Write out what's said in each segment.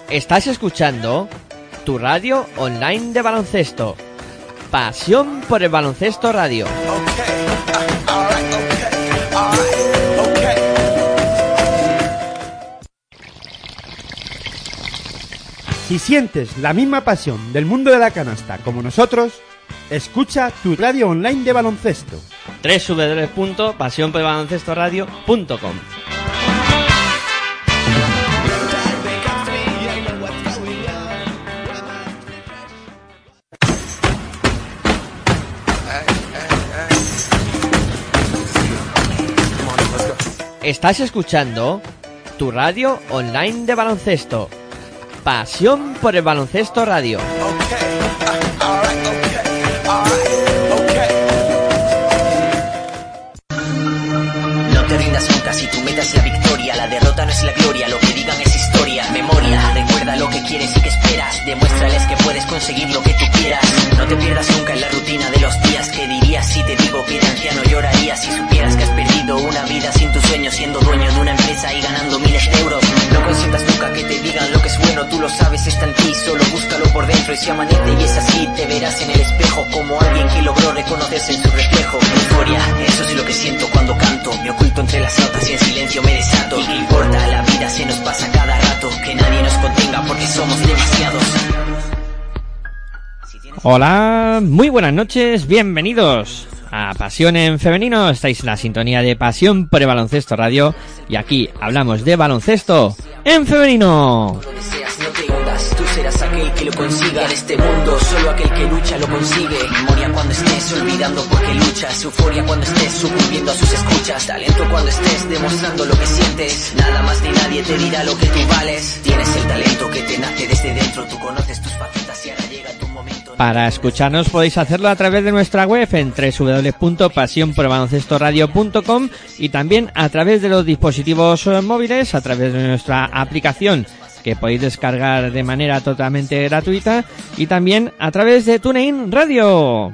Estás escuchando tu radio online de baloncesto. Pasión por el baloncesto radio. Si sientes la misma pasión del mundo de la canasta como nosotros, escucha tu radio online de baloncesto. www.pasionporelbaloncestoradio.com. Estás escuchando tu radio online de baloncesto. Pasión por el baloncesto radio. No te rindas nunca si tu meta es la victoria. La derrota no es la gloria, lo que digan es historia. Memoria, recuerda lo que quieres y que esperas. Demuéstrales que puedes conseguir lo que tú quieras. No te pierdas nunca en la rutina de los días. ¿Qué dirías si te digo que de anciano llorarías? Si supieras que has perdido una vida sin tus sueños, siendo dueño de una empresa y ganando miles de euros. No consientas nunca que te digan lo que es bueno, tú lo sabes, está en ti, solo búscalo por dentro. Y si amanece y es así, te verás en el espejo como alguien que logró reconocerse en su reflejo. Euforia, eso es lo que siento cuando canto. Me oculto entre las notas y en silencio me desato. ¿Y qué importa? La vida se nos pasa cada rato. Que nadie nos contenga porque somos demasiados. Hola, muy buenas noches, bienvenidos a Pasión en Femenino. Estáis en la sintonía de Pasión por el Baloncesto Radio y aquí hablamos de baloncesto en femenino. Lo deseas, no te hundas, tú serás aquel que lo consiga. En este mundo solo aquel que lucha lo consigue. Memoria cuando estés olvidando porque luchas. Euforia cuando estés sucumbiendo a sus escuchas. Talento cuando estés demostrando lo que sientes. Nada más ni nadie te dirá lo que tú vales. Tienes el talento que te nace desde dentro. Tú conoces tus facetas y ahora llega tu momento. Para escucharnos podéis hacerlo a través de nuestra web en www.pasionporelbaloncestoradio.com y también a través de los dispositivos móviles, a través de nuestra aplicación que podéis descargar de manera totalmente gratuita y también a través de TuneIn Radio.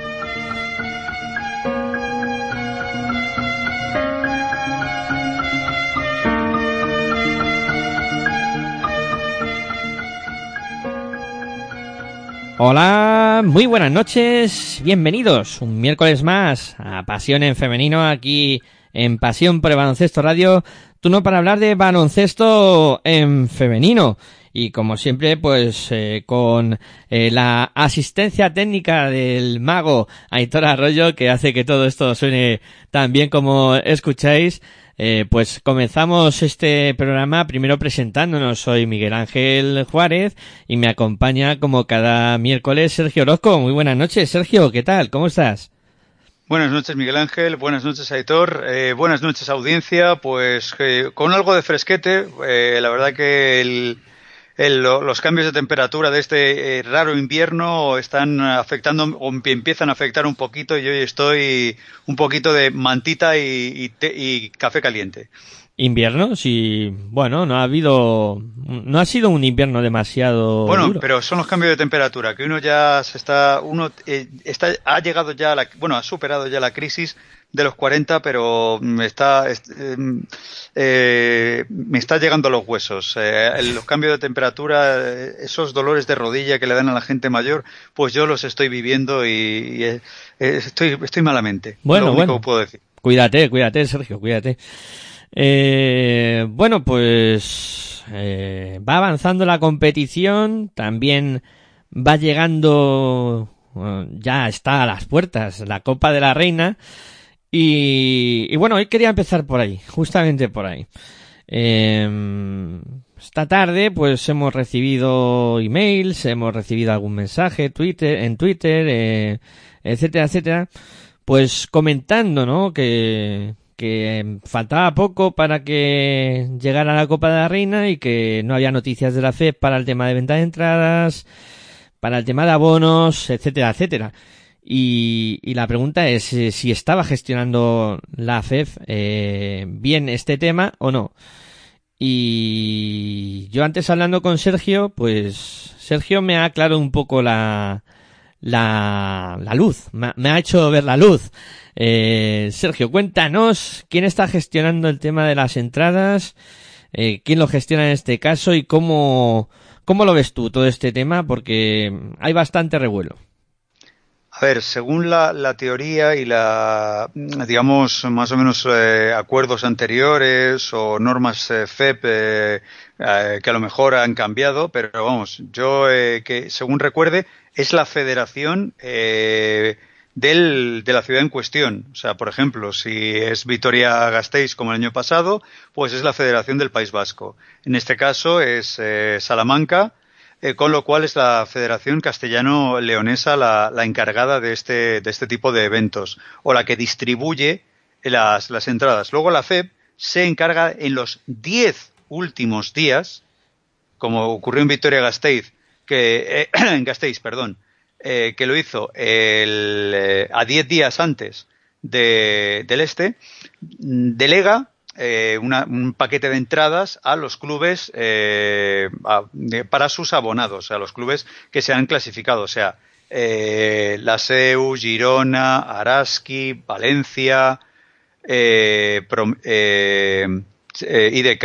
Hola, muy buenas noches, bienvenidos un miércoles más a Pasión en Femenino aquí en Pasión por el Baloncesto Radio, turno para hablar de baloncesto en femenino y como siempre pues con la asistencia técnica del mago Aitor Arroyo que hace que todo esto suene tan bien como escucháis. Pues comenzamos este programa primero presentándonos. Soy Miguel Ángel Juárez y me acompaña como cada miércoles Sergio Orozco. Muy buenas noches, Sergio, ¿qué tal? ¿Cómo estás? Buenas noches, Miguel Ángel. Buenas noches, Aitor. Buenas noches, audiencia. Pues con algo de fresquete. La verdad que los cambios de temperatura de este raro invierno están afectando o empiezan a afectar un poquito y hoy estoy un poquito de mantita y café caliente. ¿Invierno? Sí, bueno, no ha sido un invierno demasiado duro. Pero son los cambios de temperatura, que uno ya ha llegado ya ha superado ya la crisis de los 40, pero me está llegando a los huesos. Los cambios de temperatura, esos dolores de rodilla que le dan a la gente mayor, pues yo los estoy viviendo y estoy malamente. Bueno, lo único que puedo decir. Cuídate, Sergio, cuídate. Bueno, pues va avanzando la competición, también va llegando, ya está a las puertas la Copa de la Reina y bueno, hoy quería empezar por ahí, justamente por ahí. Esta tarde pues hemos recibido emails, hemos recibido algún mensaje en Twitter, etcétera, pues comentando, ¿no? que faltaba poco para que llegara la Copa de la Reina y que no había noticias de la FEF para el tema de venta de entradas, para el tema de abonos, etcétera. Y la pregunta es si estaba gestionando la FEF bien este tema o no. Y yo antes hablando con Sergio, pues Sergio me ha aclarado un poco la luz, me ha hecho ver la luz. Sergio, cuéntanos quién está gestionando el tema de las entradas, quién lo gestiona en este caso y cómo lo ves tú todo este tema, porque hay bastante revuelo. A ver, según la teoría y digamos, más o menos acuerdos anteriores o normas FEP que a lo mejor han cambiado, pero vamos, yo que según recuerde es la federación de la ciudad en cuestión. O sea, por ejemplo, si es Vitoria-Gasteiz como el año pasado, pues es la Federación del País Vasco. En este caso es Salamanca. Con lo cual es la Federación Castellano-Leonesa la encargada de este tipo de eventos, o la que distribuye las entradas. Luego la FEP se encarga en los 10 últimos días, como ocurrió en Vitoria-Gasteiz, que lo hizo a 10 días antes del delega un paquete de entradas a los clubes para sus abonados, a los clubes que se han clasificado, o sea, la SEU, Girona, Araski, Valencia, IDK,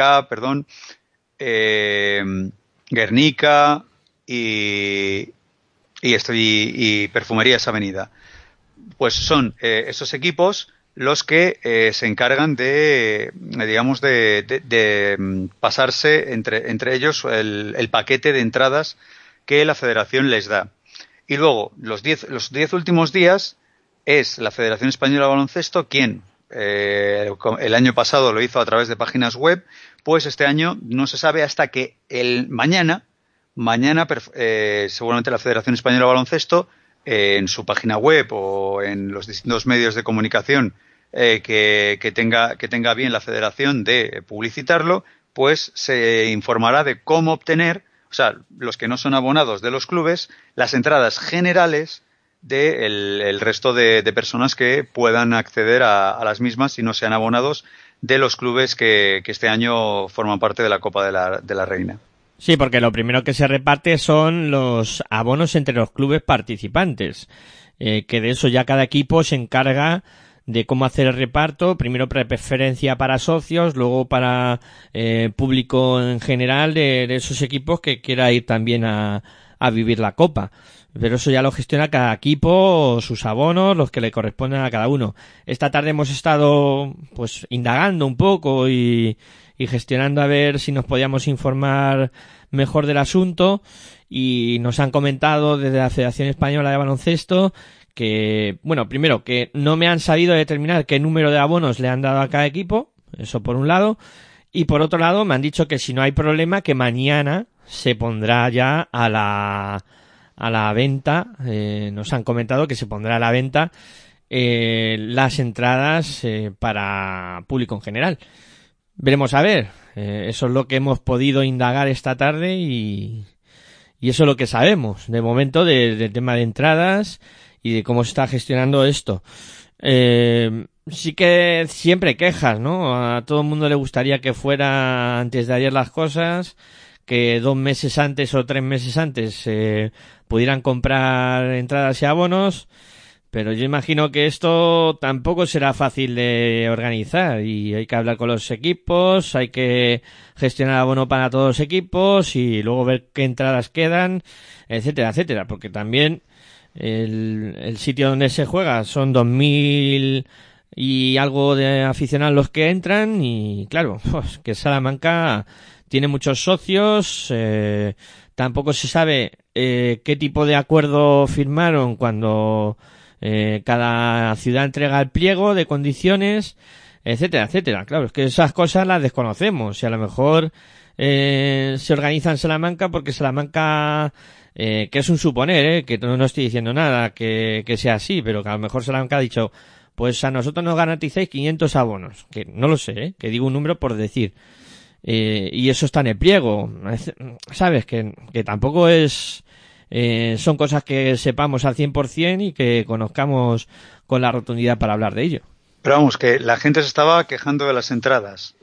Guernica y Perfumerías Avenida. Pues son esos equipos los que se encargan de pasarse entre ellos el paquete de entradas que la Federación les da. Y luego, los 10 últimos días es la Federación Española de Baloncesto quien, el año pasado lo hizo a través de páginas web, pues este año no se sabe hasta que mañana seguramente la Federación Española de Baloncesto en su página web o en los distintos medios de comunicación que tenga bien la federación de publicitarlo, pues se informará de cómo obtener, o sea, los que no son abonados de los clubes, las entradas generales del resto de personas que puedan acceder a las mismas si no sean abonados de los clubes que este año forman parte de la Copa de la Reina. Sí, porque lo primero que se reparte son los abonos entre los clubes participantes, que de eso ya cada equipo se encarga de cómo hacer el reparto, primero preferencia para socios, luego para público en general de esos equipos que quiera ir también a vivir la Copa. Pero eso ya lo gestiona cada equipo, sus abonos, los que le corresponden a cada uno. Esta tarde hemos estado pues indagando un poco y gestionando a ver si nos podíamos informar mejor del asunto, y nos han comentado desde la Federación Española de Baloncesto que, bueno, primero que no me han sabido determinar qué número de abonos le han dado a cada equipo, eso por un lado, y por otro lado me han dicho que si no hay problema que mañana se pondrá ya a la venta, nos han comentado que se pondrá a la venta las entradas para público en general. Veremos a ver, eso es lo que hemos podido indagar esta tarde y eso es lo que sabemos de momento del tema de entradas y de cómo se está gestionando esto. Sí que siempre quejas, ¿no? A todo el mundo le gustaría que fuera antes de ayer las cosas, que 2 meses antes o 3 meses antes pudieran comprar entradas y abonos, pero yo imagino que esto tampoco será fácil de organizar y hay que hablar con los equipos, hay que gestionar abono para todos los equipos y luego ver qué entradas quedan, etcétera, etcétera, porque también el sitio donde se juega son 2.000 y algo de aficionados los que entran y claro, pues que Salamanca tiene muchos socios, tampoco se sabe qué tipo de acuerdo firmaron cuando cada ciudad entrega el pliego de condiciones, etcétera, etcétera. Claro, es que esas cosas las desconocemos y a lo mejor se organiza en Salamanca porque Salamanca, que es un suponer, que no estoy diciendo nada que sea así, pero que a lo mejor Salamanca ha dicho, pues a nosotros nos garantizáis 500 abonos, que no lo sé, que digo un número por decir. Y eso está en el pliego, sabes que tampoco es son cosas que sepamos al 100% y que conozcamos con la rotundidad para hablar de ello. Pero vamos, que la gente se estaba quejando de las entradas.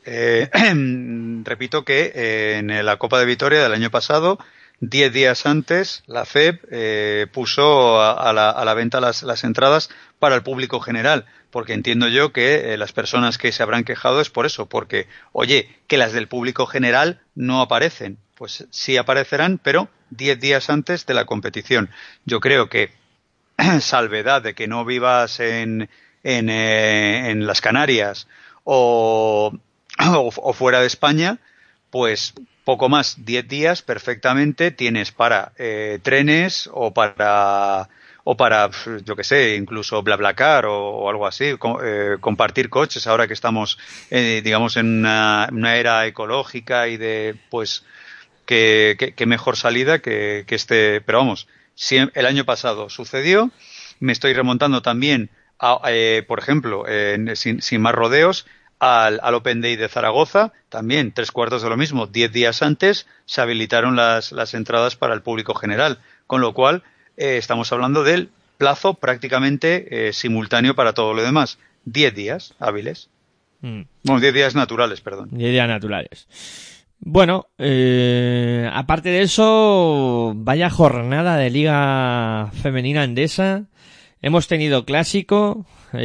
Repito que en la Copa de Vitoria del año pasado, 10 días antes, la FEP puso a la venta las entradas para el público general. porque entiendo yo que las personas que se habrán quejado es por eso, porque, oye, que las del público general no aparecen. Pues sí aparecerán, pero 10 días antes de la competición. Yo creo que, salvedad de que no vivas en las Canarias o fuera de España, pues poco más, 10 días perfectamente tienes para trenes o para, yo que sé, incluso BlaBlaCar o algo así, compartir coches ahora que estamos, digamos, en una era ecológica y de, pues, que mejor salida que este, pero vamos, si el año pasado sucedió, me estoy remontando también por ejemplo, sin más rodeos, al Open Day de Zaragoza, también 3/4 de lo mismo, 10 días antes se habilitaron las entradas para el público general, con lo cual estamos hablando del plazo prácticamente simultáneo para todo lo demás, 10 días hábiles. Bueno, 10 días naturales, perdón. 10 días naturales. Bueno, aparte de eso, vaya jornada de Liga Femenina Endesa. Hemos tenido clásico.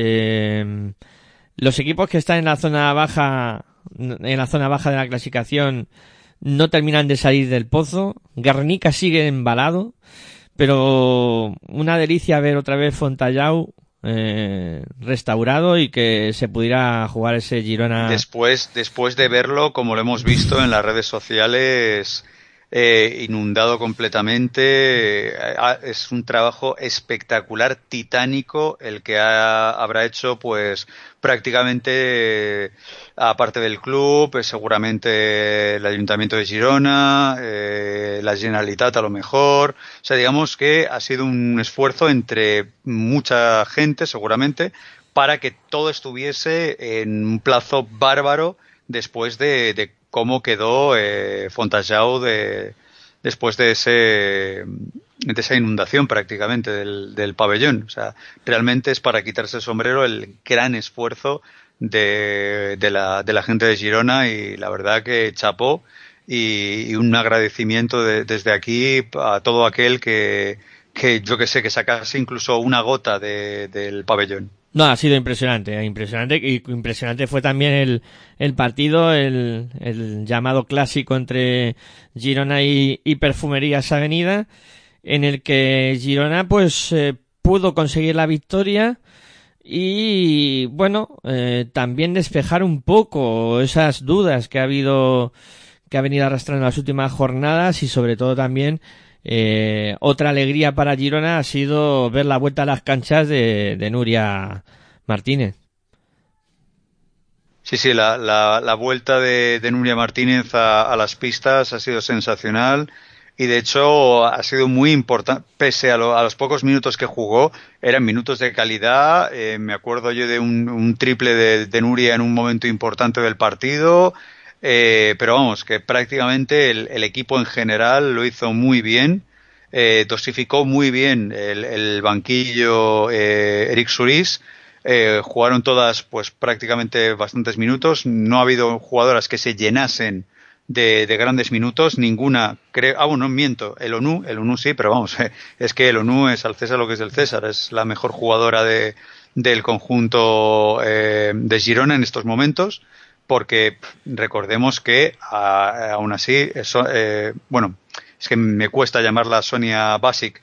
Los equipos que están en la zona baja de la clasificación no terminan de salir del pozo. Guernica sigue embalado, pero una delicia ver otra vez Fontallao restaurado y que se pudiera jugar ese Girona. Después de verlo, como lo hemos visto en las redes sociales, inundado completamente, es un trabajo espectacular, titánico, el que habrá hecho, pues, prácticamente, aparte del club, seguramente el Ayuntamiento de Girona, la Generalitat a lo mejor. O sea, digamos que ha sido un esfuerzo entre mucha gente, seguramente, para que todo estuviese en un plazo bárbaro después de cómo quedó Fontallao después de esa inundación prácticamente del pabellón. O sea, realmente es para quitarse el sombrero el gran esfuerzo de la gente de Girona, y la verdad que chapó, y un agradecimiento desde aquí a todo aquel que yo que sé, que sacase incluso una gota del pabellón. No, ha sido impresionante, y impresionante fue también el partido, el llamado clásico entre Girona y Perfumerías Avenida, en el que Girona pues pudo conseguir la victoria y bueno, también despejar un poco esas dudas que ha venido arrastrando en las últimas jornadas, y sobre todo también otra alegría para Girona ha sido ver la vuelta a las canchas de Nuria Martínez. Sí, la vuelta de Nuria Martínez a las pistas ha sido sensacional, y de hecho ha sido muy importante, pese a los pocos minutos que jugó, eran minutos de calidad. Me acuerdo yo de un triple de Nuria en un momento importante del partido. Pero vamos, que prácticamente el equipo en general lo hizo muy bien, dosificó muy bien el banquillo Eric Suris, jugaron todas pues prácticamente bastantes minutos, no ha habido jugadoras que se llenasen de grandes minutos, ninguna, creo, no miento, el ONU sí, pero vamos, es que el ONU es al César lo que es del César, es la mejor jugadora del conjunto de Girona en estos momentos. Porque recordemos que aún así, bueno, es que me cuesta llamarla Sonia Basic,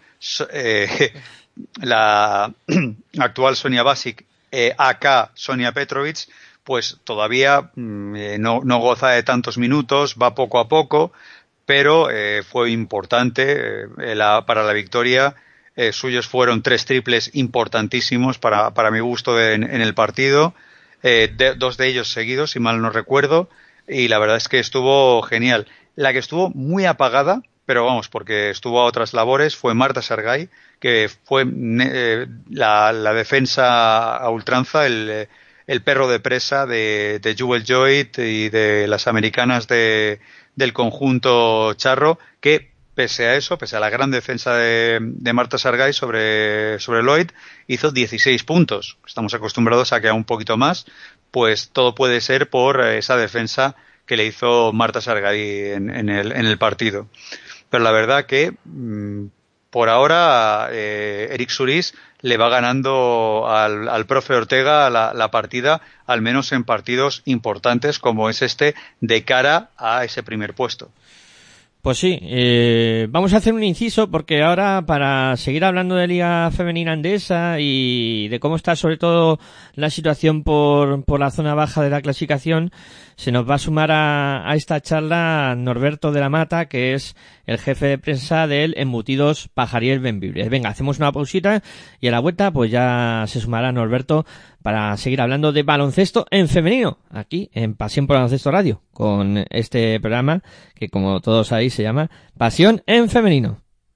la actual Sonia Basic, AK Sonia Petrovic, pues todavía no goza de tantos minutos, va poco a poco, pero fue importante para la victoria. Suyos fueron 3 triples importantísimos para mi gusto en el partido. 2 de ellos seguidos, si mal no recuerdo, y la verdad es que estuvo genial. La que estuvo muy apagada, pero vamos, porque estuvo a otras labores, fue Marta Sargay, que fue la defensa a ultranza, el perro de presa de Jewel Joyt y de las americanas del conjunto charro, que pese a eso, pese a la gran defensa de Marta Sargay sobre Lloyd, hizo 16 puntos. Estamos acostumbrados a que a un poquito más, pues todo puede ser por esa defensa que le hizo Marta Sargay en el partido. Pero la verdad que por ahora Eric Suris le va ganando al profe Ortega la partida, al menos en partidos importantes como es este, de cara a ese primer puesto. Pues sí, vamos a hacer un inciso porque ahora, para seguir hablando de Liga Femenina Endesa y de cómo está sobre todo la situación por la zona baja de la clasificación, se nos va a sumar a esta charla Norberto de la Mata, que es el jefe de prensa del Embutidos Pajariel Bembibre. Venga, hacemos una pausita y a la vuelta pues ya se sumará Norberto para seguir hablando de baloncesto en femenino, aquí en Pasión por Baloncesto Radio, con este programa que, como todos sabéis, se llama Pasión en Femenino.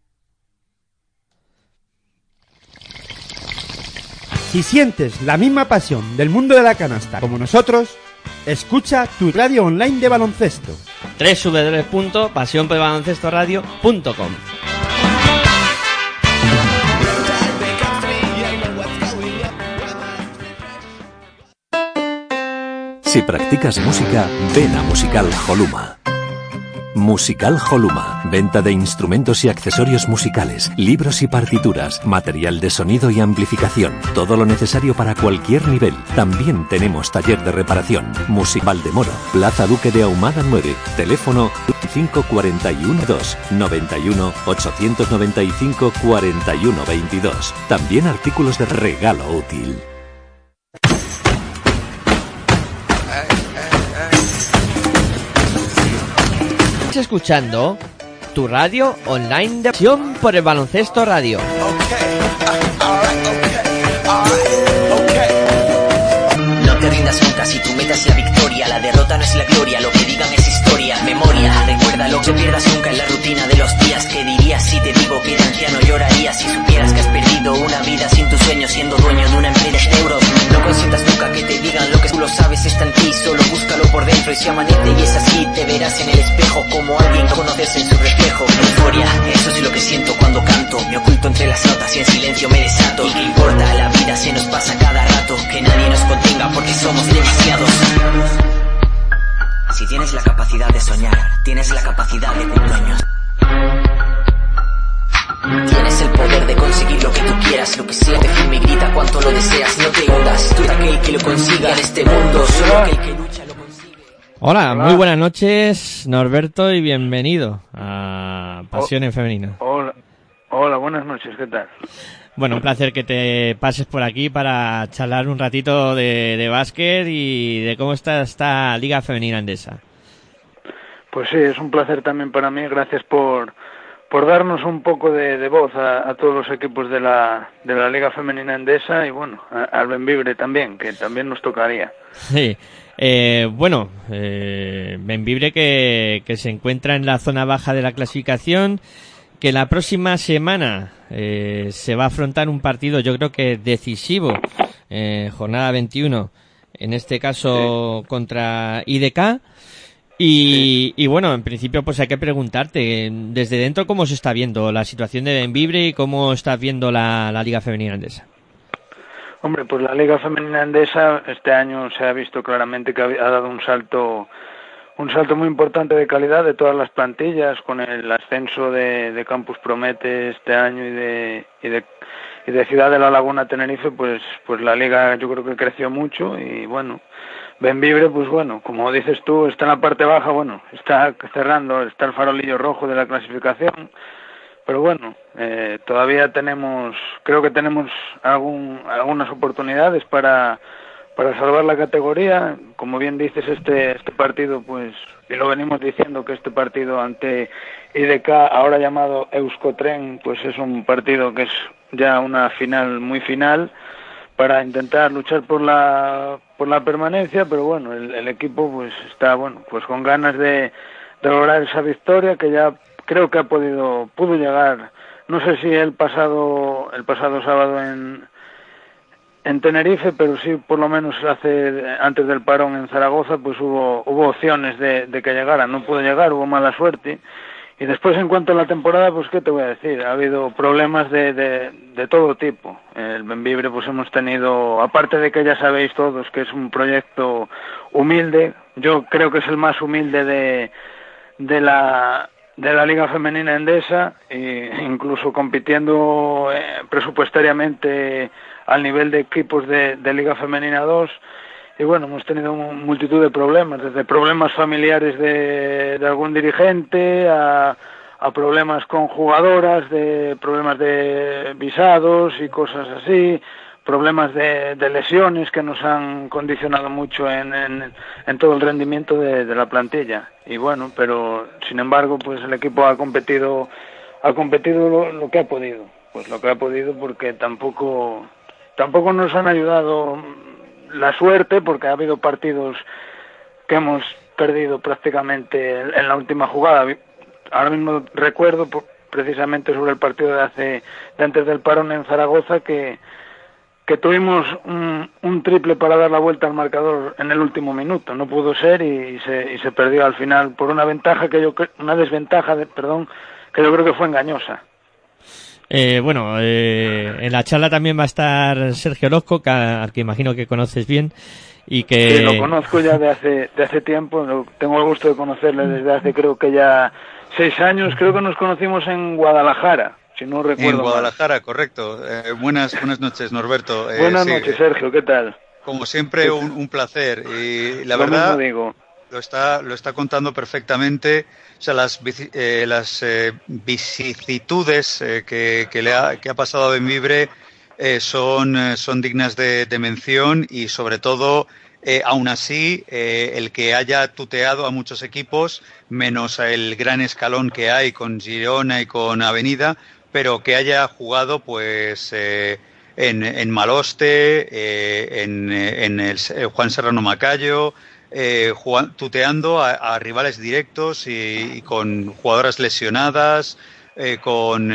Si sientes la misma pasión del mundo de la canasta como nosotros, escucha tu radio online de baloncesto. www.pasionporbaloncestoradio.com. Si practicas música, ven a Musical Holuma. Musical Holuma, venta de instrumentos y accesorios musicales, libros y partituras, material de sonido y amplificación, todo lo necesario para cualquier nivel. También tenemos taller de reparación. Valdemoro, Plaza Duque de Ahumada 9, teléfono 541 2 91 895 41 22. También artículos de regalo útil. Escuchando tu radio online de Pasión por el Baloncesto Radio. No te rindas nunca si tu meta es la victoria. La derrota no es la gloria, lo que digan es historia. Memoria, recuerda lo que pierdas nunca en la rutina de los días. ¿Qué dirías si te digo que de anciano llorarías si supieras que has perdido una vida sin tu sueño, siendo dueño de una empresa de euros? No consientas nunca que te digan lo que tú lo sabes está en ti, solo búscalo por dentro y si amanece y es así, te verás en el espejo como alguien que conoces en su reflejo. Euforia, eso es lo que siento cuando canto, me oculto entre las notas y en silencio me desato. ¿Y qué importa? La vida se nos pasa cada rato, que nadie nos contenga porque somos demasiados. Si tienes la capacidad de soñar, tienes la capacidad de cumplir sueños. Tienes el poder de conseguir lo que tú quieras, lo que sea, te firme y grita cuanto lo deseas, no te hundas, tú eres aquel que lo consiga en este mundo, solo aquel que lucha lo consigue. Hola, muy buenas noches, Norberto, y bienvenido a Pasión en Femenino. Hola, buenas noches, ¿qué tal? Bueno, un placer que te pases por aquí para charlar un ratito de básquet y de cómo está esta Liga Femenina Endesa. Pues sí, es un placer también para mí, gracias por darnos un poco de voz a todos los equipos de la Liga Femenina Endesa y bueno, al Bembibre también, que también nos tocaría. Sí, Bembibre que se encuentra en la zona baja de la clasificación, que la próxima semana se va a afrontar un partido, yo creo que decisivo, jornada 21, en este caso sí, contra IDK. Y bueno, en principio pues hay que preguntarte, desde dentro, ¿cómo se está viendo la situación de Bembibre y cómo estás viendo la Liga Femenina Endesa? Hombre, pues la Liga Femenina Endesa este año se ha visto claramente que ha dado un salto muy importante de calidad de todas las plantillas, con el ascenso de Campus Promete este año y de Ciudad de la Laguna Tenerife, pues la Liga yo creo que creció mucho y bueno, Bembibre, pues bueno, como dices tú, está en la parte baja, bueno, está cerrando, está el farolillo rojo de la clasificación, pero bueno, todavía creo que tenemos algunas oportunidades para salvar la categoría. Como bien dices, este partido, pues, y lo venimos diciendo, que este partido ante IDK, ahora llamado Euskotren, pues es un partido que es ya una final, muy final, para intentar luchar por la permanencia, pero bueno, el equipo pues está pues con ganas de lograr esa victoria, que ya creo que pudo llegar, no sé si el pasado sábado en Tenerife, pero sí por lo menos antes del parón en Zaragoza, pues hubo opciones de que llegara, no pudo llegar, hubo mala suerte. Y después, en cuanto a la temporada, pues qué te voy a decir, ha habido problemas de todo tipo. El Bembibre pues hemos tenido, aparte de que ya sabéis todos que es un proyecto humilde, yo creo que es el más humilde de la de la Liga Femenina Endesa, e incluso compitiendo presupuestariamente al nivel de equipos de Liga Femenina 2. Y bueno, hemos tenido multitud de problemas, desde problemas familiares de algún dirigente a problemas con jugadoras, de problemas de visados y cosas así, problemas de lesiones que nos han condicionado mucho en todo el rendimiento de la plantilla. Y bueno, pero sin embargo, pues el equipo ha competido lo que ha podido, pues lo que ha podido, porque tampoco nos han ayudado la suerte, porque ha habido partidos que hemos perdido prácticamente en la última jugada. Ahora mismo recuerdo precisamente sobre el partido de antes del parón en Zaragoza que tuvimos un triple para dar la vuelta al marcador en el último minuto. No pudo ser y se perdió al final por una desventaja que yo creo que fue engañosa. En la charla también va a estar Sergio Orozco, al que imagino que conoces bien y que... Sí, lo conozco ya de hace tiempo, tengo el gusto de conocerle desde hace creo que ya 6 años, creo que nos conocimos en Guadalajara, si no recuerdo En Guadalajara, mal. Correcto. Buenas noches, Norberto. Buenas noches, Sergio, ¿qué tal? Como siempre, un placer. Y la lo verdad, mismo digo. Lo está contando perfectamente. O sea, las vicisitudes que ha pasado a Bembibre son dignas de mención, y sobre todo, aún así, el que haya tuteado a muchos equipos, menos el gran escalón que hay con Girona y con Avenida, pero que haya jugado pues en Maloste, en el Juan Serrano Macayo, tuteando a rivales directos y con jugadoras lesionadas, con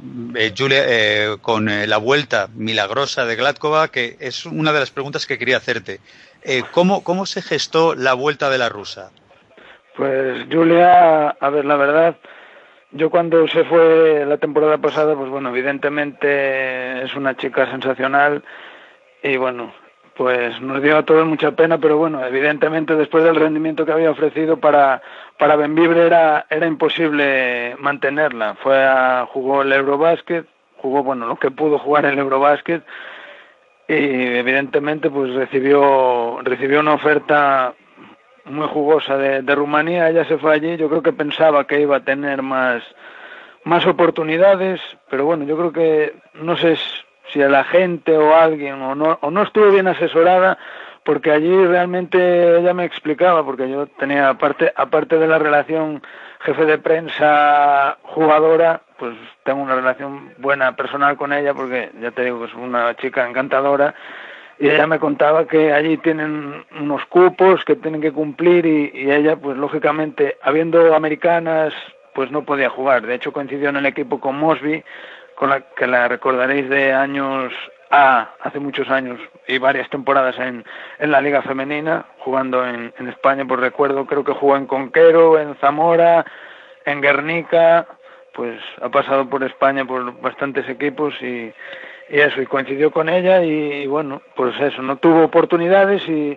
la vuelta milagrosa de Gladkova, que es una de las preguntas que quería hacerte. ¿Cómo se gestó la vuelta de la rusa? Pues Julia, a ver, la verdad, yo cuando se fue la temporada pasada, pues bueno, evidentemente es una chica sensacional y bueno, pues nos dio a todos mucha pena, pero bueno, evidentemente después del rendimiento que había ofrecido para Bembibre era imposible mantenerla. Jugó el Eurobásquet, jugó bueno lo que pudo jugar el Eurobásquet, y evidentemente pues recibió una oferta muy jugosa de Rumanía. Ella se fue allí, yo creo que pensaba que iba a tener más oportunidades, pero bueno, yo creo que no sé si a la gente o alguien o no estuvo bien asesorada, porque allí realmente ella me explicaba, porque yo tenía aparte de la relación jefe de prensa jugadora, pues tengo una relación buena personal con ella, porque ya te digo que es una chica encantadora, y ella me contaba que allí tienen unos cupos que tienen que cumplir y ella pues lógicamente, habiendo americanas, pues no podía jugar. De hecho coincidió en el equipo con Mosby, con la que la recordaréis de años hace muchos años y varias temporadas en la Liga Femenina, jugando en España, por recuerdo, creo que jugó en Conquero, en Zamora, en Guernica, pues ha pasado por España por bastantes equipos y coincidió con ella y bueno, pues eso, no tuvo oportunidades y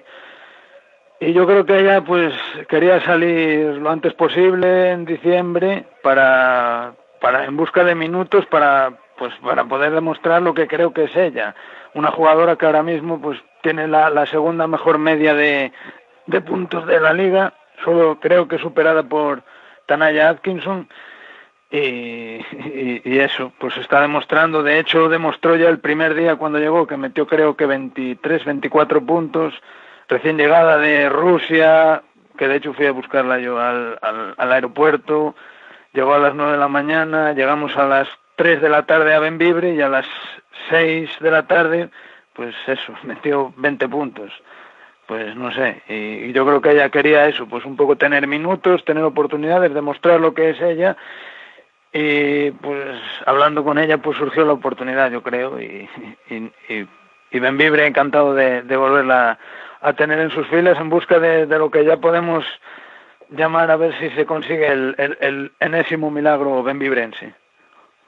yo creo que ella pues quería salir lo antes posible en diciembre para en busca de minutos para poder demostrar lo que creo que es ella, una jugadora que ahora mismo pues tiene la segunda mejor media de puntos de la liga, solo creo que superada por Tanaya Atkinson. Y eso, pues está demostrando. De hecho, demostró ya el primer día cuando llegó, que metió creo que 23, 24 puntos, recién llegada de Rusia, que de hecho fui a buscarla yo al aeropuerto. Llegó a las 9 de la mañana, llegamos a las 3 de la tarde a Bembibre y a las 6 de la tarde, pues eso, metió 20 puntos. Pues no sé, y yo creo que ella quería eso, pues un poco tener minutos, tener oportunidades, demostrar lo que es ella. Y pues hablando con ella pues surgió la oportunidad, yo creo, y Bembibre encantado de volverla a tener en sus filas en busca de lo que ya podemos llamar, a ver si se consigue el enésimo milagro bembibrense.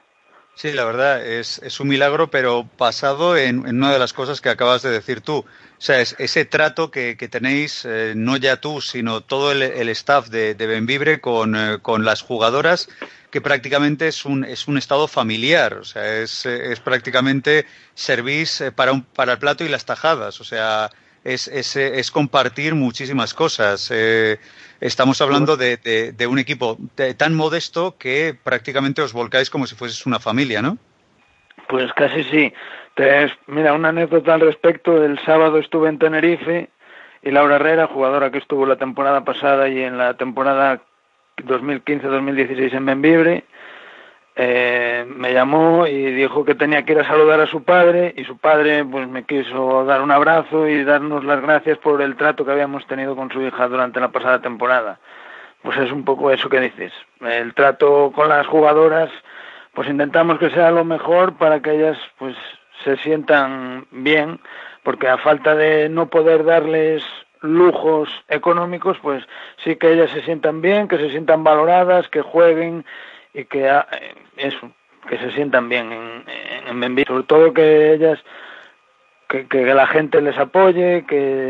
Sí, la verdad es un milagro, pero basado en una de las cosas que acabas de decir tú. sea, ese trato que tenéis, no ya tú, sino todo el staff de Bembibre con las jugadoras, que prácticamente es un estado familiar, o sea, es prácticamente servís para el plato y las tajadas, o sea, es compartir muchísimas cosas. Estamos hablando de un equipo tan modesto que prácticamente os volcáis como si fueses una familia, ¿no? Pues casi sí. Mira, una anécdota al respecto. El sábado estuve en Tenerife y Laura Herrera, jugadora que estuvo la temporada pasada y en la temporada 2015-2016 en Bembibre, me llamó y dijo que tenía que ir a saludar a su padre, y su padre pues me quiso dar un abrazo y darnos las gracias por el trato que habíamos tenido con su hija durante la pasada temporada. Pues es un poco eso que dices, el trato con las jugadoras, pues intentamos que sea lo mejor para que ellas pues se sientan bien, porque a falta de no poder darles lujos económicos, pues sí que ellas se sientan bien, que se sientan valoradas, que jueguen y que se sientan bien en Bembibre, sobre todo que ellas, que la gente les apoye,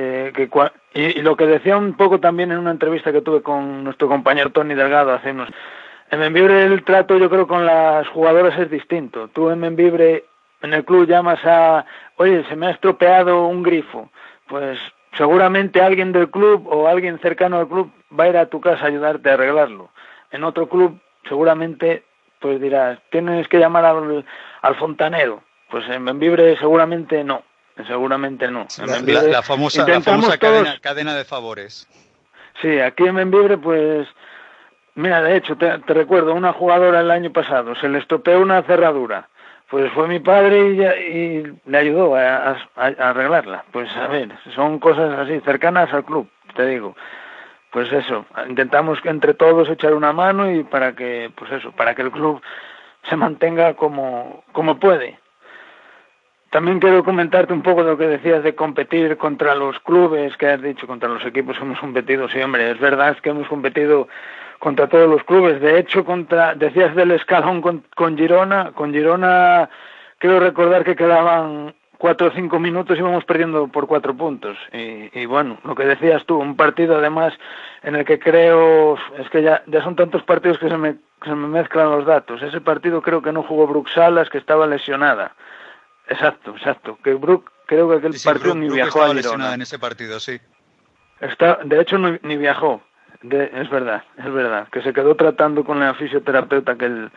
y lo que decía un poco también en una entrevista que tuve con nuestro compañero Tony Delgado hace unos. En Bembibre el trato, yo creo, con las jugadoras es distinto. Tú en Bembibre, en el club, llamas oye, se me ha estropeado un grifo, pues seguramente alguien del club o alguien cercano al club va a ir a tu casa a ayudarte a arreglarlo. En otro club seguramente pues dirás, tienes que llamar al fontanero. Pues en Bembibre seguramente no. Sí, la famosa cadena de favores. Sí, aquí en Bembibre pues mira, de hecho te recuerdo, una jugadora el año pasado se le estropeó una cerradura. Pues fue mi padre y le ayudó a arreglarla. Pues a ver, son cosas así, cercanas al club, te digo. Pues eso, intentamos que entre todos echar una mano y para que el club se mantenga como puede. También quiero comentarte un poco de lo que decías de competir contra los clubes, que has dicho, contra los equipos que hemos competido. Sí, hombre, es verdad que hemos competido contra todos los clubes. De hecho, decías del escalón con Girona. Con Girona, quiero recordar que quedaban 4 o 5 minutos y íbamos perdiendo por 4 puntos. Y bueno, lo que decías tú, un partido además en el que creo, es que ya son tantos partidos que se me mezclan los datos. Ese partido creo que no jugó Brooke Salas, que estaba lesionada. Exacto. Que Brooke, creo que aquel partido Brooke ni viajó a Girona. Lesionada en ese partido, sí. De hecho, ni viajó. Es verdad, que se quedó tratando con la fisioterapeuta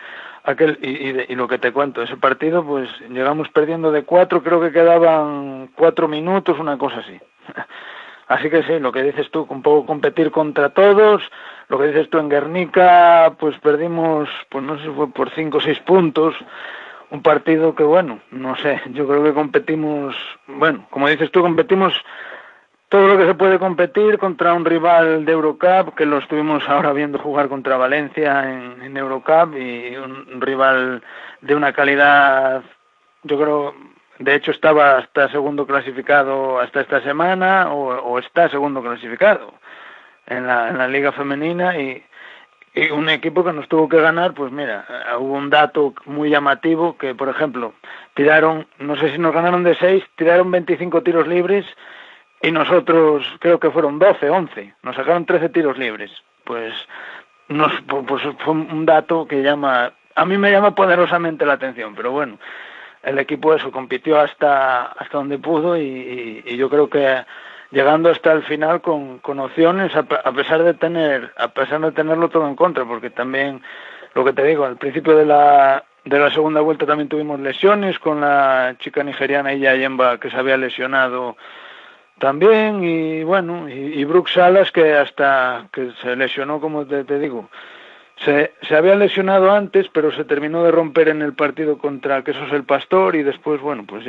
y lo que te cuento, ese partido pues llegamos perdiendo de 4, creo que quedaban 4 minutos, una cosa así. Así que sí, lo que dices tú, un poco competir contra todos. Lo que dices tú, en Guernica pues perdimos, pues no sé si fue por 5 o 6 puntos, un partido que bueno, no sé, yo creo que competimos, bueno, como dices tú, competimos todo lo que se puede competir contra un rival de Eurocup, que lo estuvimos ahora viendo jugar contra Valencia en Eurocup, y un rival de una calidad, yo creo, de hecho estaba hasta segundo clasificado hasta esta semana, o está segundo clasificado en la Liga Femenina, y un equipo que nos tuvo que ganar. Pues mira, hubo un dato muy llamativo, que por ejemplo, tiraron, no sé si nos ganaron de 6, tiraron 25 tiros libres, y nosotros creo que fueron 12, 11, nos sacaron 13 tiros libres. Pues fue un dato que a mí me llama poderosamente la atención, pero bueno, el equipo compitió hasta donde pudo, y yo creo que llegando hasta el final con opciones, a pesar de tenerlo todo en contra, porque también, lo que te digo, al principio de la segunda vuelta también tuvimos lesiones, con la chica nigeriana Iya Yemba, que se había lesionado también, y bueno, y Brooke Salas, que hasta que se lesionó, como te digo, se había lesionado antes, pero se terminó de romper en el partido contra Quesos el Pastor, y después, bueno, pues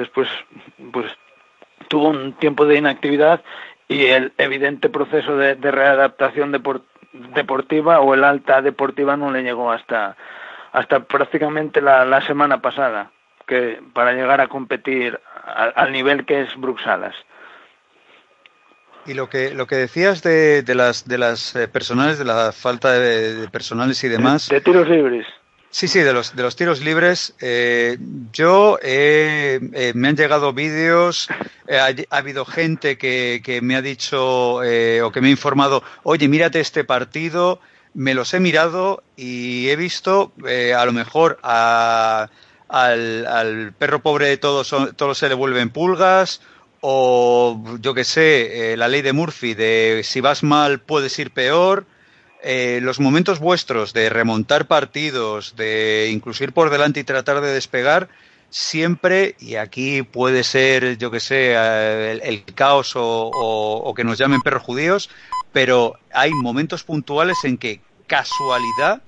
tuvo un tiempo de inactividad, y el evidente proceso de readaptación deportiva, o el alta deportiva, no le llegó hasta prácticamente la semana pasada, que para llegar a competir al nivel que es Brooke Salas. Y lo que decías de las personales, de la falta de personales y demás. De tiros libres. Sí, de los tiros libres, me han llegado vídeos, ha habido gente que me ha dicho o que me ha informado, oye, mírate este partido, me los he mirado y he visto a lo mejor al perro pobre de todos se le vuelven pulgas, o yo que sé, la ley de Murphy de si vas mal puedes ir peor. Los momentos vuestros de remontar partidos, de incluso ir por delante y tratar de despegar, siempre, y aquí puede ser, yo que sé, el caos o que nos llamen perros judíos, pero hay momentos puntuales en que casualidad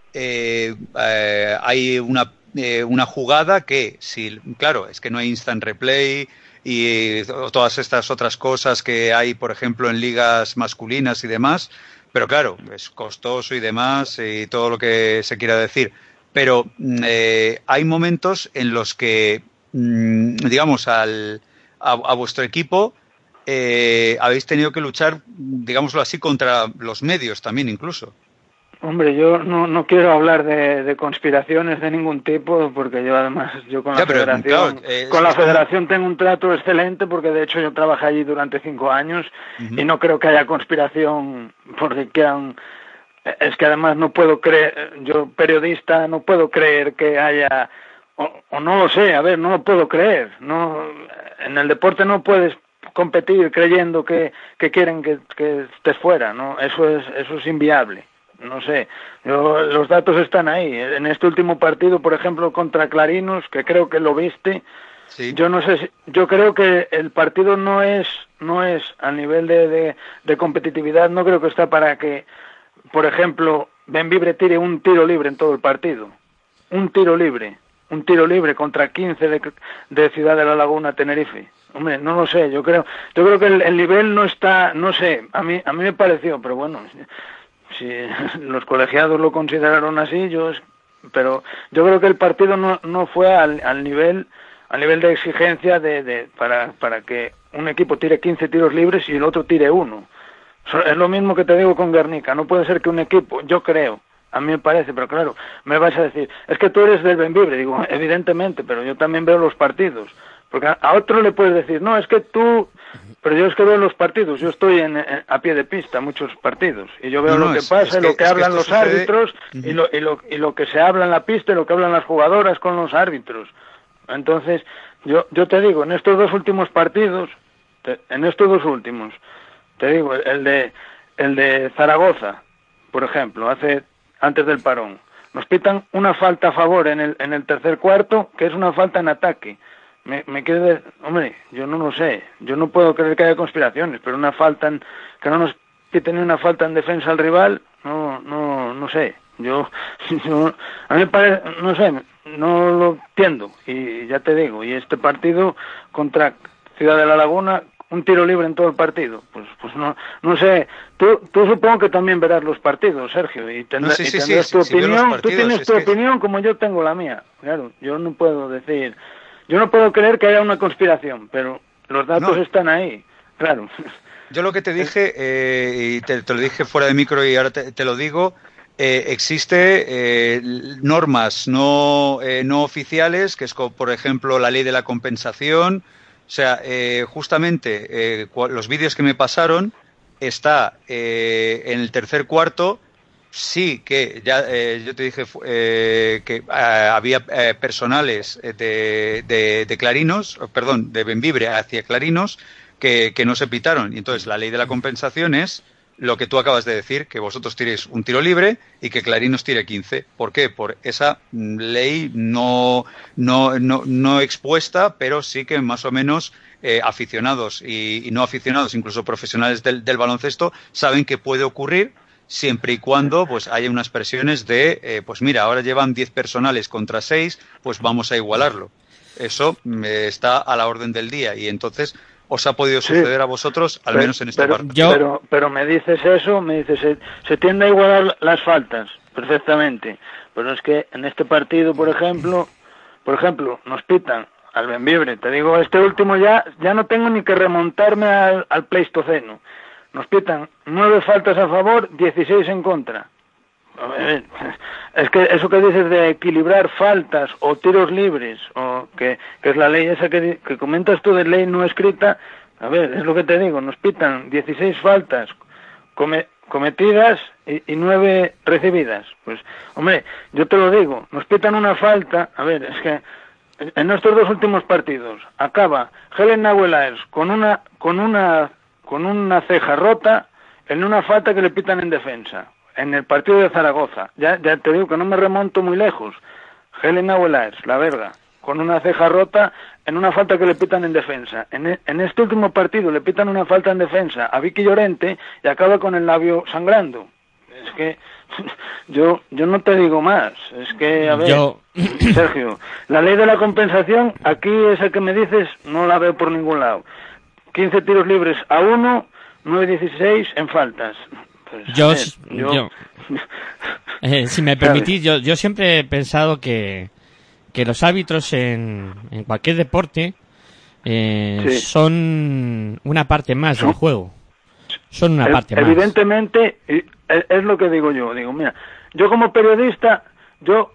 hay una jugada que, claro, es que no hay instant replay y todas estas otras cosas que hay, por ejemplo, en ligas masculinas y demás. Pero claro, es costoso y demás y todo lo que se quiera decir. Pero hay momentos en los que, digamos, a vuestro equipo habéis tenido que luchar, digámoslo así, contra los medios también incluso. Hombre, yo no quiero hablar de conspiraciones de ningún tipo, porque yo además, con la federación, federación tengo un trato excelente, porque de hecho yo trabajé allí durante 5 años y no creo que haya conspiración, porque quieran. Es que además no puedo creer, yo periodista no puedo creer que haya, o no lo sé, a ver, no lo puedo creer. No, en el deporte no puedes competir creyendo que quieren que estés fuera, ¿no? Eso es inviable. No sé, los datos están ahí. En este último partido, por ejemplo, contra Clarinos, que creo que lo viste, sí. Yo no sé, yo creo que el partido no es a nivel de competitividad, no creo que está para que, por ejemplo, Bembibre tire un tiro libre en todo el partido. Un tiro libre contra 15 de Ciudad de la Laguna, Tenerife. Hombre, no lo sé, yo creo que el nivel no está, no sé, a mí me pareció, pero bueno, si los colegiados lo consideraron así, pero yo creo que el partido no fue al nivel de exigencia para que un equipo tire 15 tiros libres y el otro tire 1. Es lo mismo que te digo con Guernica, no puede ser que un equipo, yo creo, a mí me parece, pero claro, me vais a decir, es que tú eres del Bembibre, digo, evidentemente, pero yo también veo los partidos, porque a otro le puedes decir, no, es que tú. Pero yo es que veo los partidos, yo estoy a pie de pista muchos partidos y yo veo lo que pasa y lo que hablan los árbitros y lo que se habla en la pista y lo que hablan las jugadoras con los árbitros. Entonces, yo te digo, en estos dos últimos partidos, te digo, el de Zaragoza, por ejemplo, antes del parón, nos pitan una falta a favor en el tercer cuarto, que es una falta en ataque. Me quedé, hombre, yo no lo sé, yo no puedo creer que haya conspiraciones, pero que no nos quiten una falta en defensa al rival, no sé, a mí me parece, no sé, no lo entiendo, y ya te digo, y este partido contra Ciudad de la Laguna, un tiro libre en todo el partido, pues no sé, tú supongo que también verás los partidos, Sergio, y tendrás tu opinión, tú tienes tu opinión como yo tengo la mía, claro, yo no puedo creer que haya una conspiración, pero los datos están ahí, claro. Yo lo que te dije, y te lo dije fuera de micro y ahora te lo digo, existe normas no oficiales, que es como, por ejemplo, la ley de la compensación. O sea, justamente los vídeos que me pasaron está en el tercer cuarto. Sí, que ya yo te dije que había personales de Clarinos, perdón, de Bembibre hacia Clarinos que no se pitaron. Y entonces la ley de la compensación es lo que tú acabas de decir, que vosotros tiréis un tiro libre y que Clarinos tire 15. ¿Por qué? Por esa ley no expuesta, pero sí que más o menos aficionados y no aficionados, incluso profesionales del baloncesto, saben que puede ocurrir siempre y cuando pues haya unas presiones de, pues mira, ahora llevan 10 personales contra 6, pues vamos a igualarlo. Eso está a la orden del día y entonces os ha podido suceder a vosotros, al menos en este partido. Pero me dices eso, se tiende a igualar las faltas perfectamente, pero es que en este partido, por ejemplo, nos pitan al Bembibre, te digo, este último ya no tengo ni que remontarme al Pleistoceno. Nos pitan 9 faltas a favor, 16 en contra. A ver, es que eso que dices de equilibrar faltas o tiros libres, o que es la ley esa que comentas tú de ley no escrita, a ver, es lo que te digo, nos pitan 16 faltas cometidas y 9 recibidas. Pues, hombre, yo te lo digo, nos pitan una falta, a ver, es que en estos 2 últimos partidos acaba Helen Nahuelaers con una ceja rota en una falta que le pitan en defensa. En el partido de Zaragoza, ya te digo que no me remonto muy lejos. Helen Nahuelaers, la verga, con una ceja rota en una falta que le pitan en defensa. En este último partido le pitan una falta en defensa a Vicky Llorente y acaba con el labio sangrando. Es que yo no te digo más. Es que, a ver, Sergio, la ley de la compensación, aquí esa que me dices, no la veo por ningún lado. 15 tiros libres a 1, 9-16 en faltas. Pues, si me permitís, yo siempre he pensado que los árbitros en cualquier deporte son una parte más del juego. Son una parte más. Evidentemente, es lo que digo yo. Digo, mira, yo como periodista, yo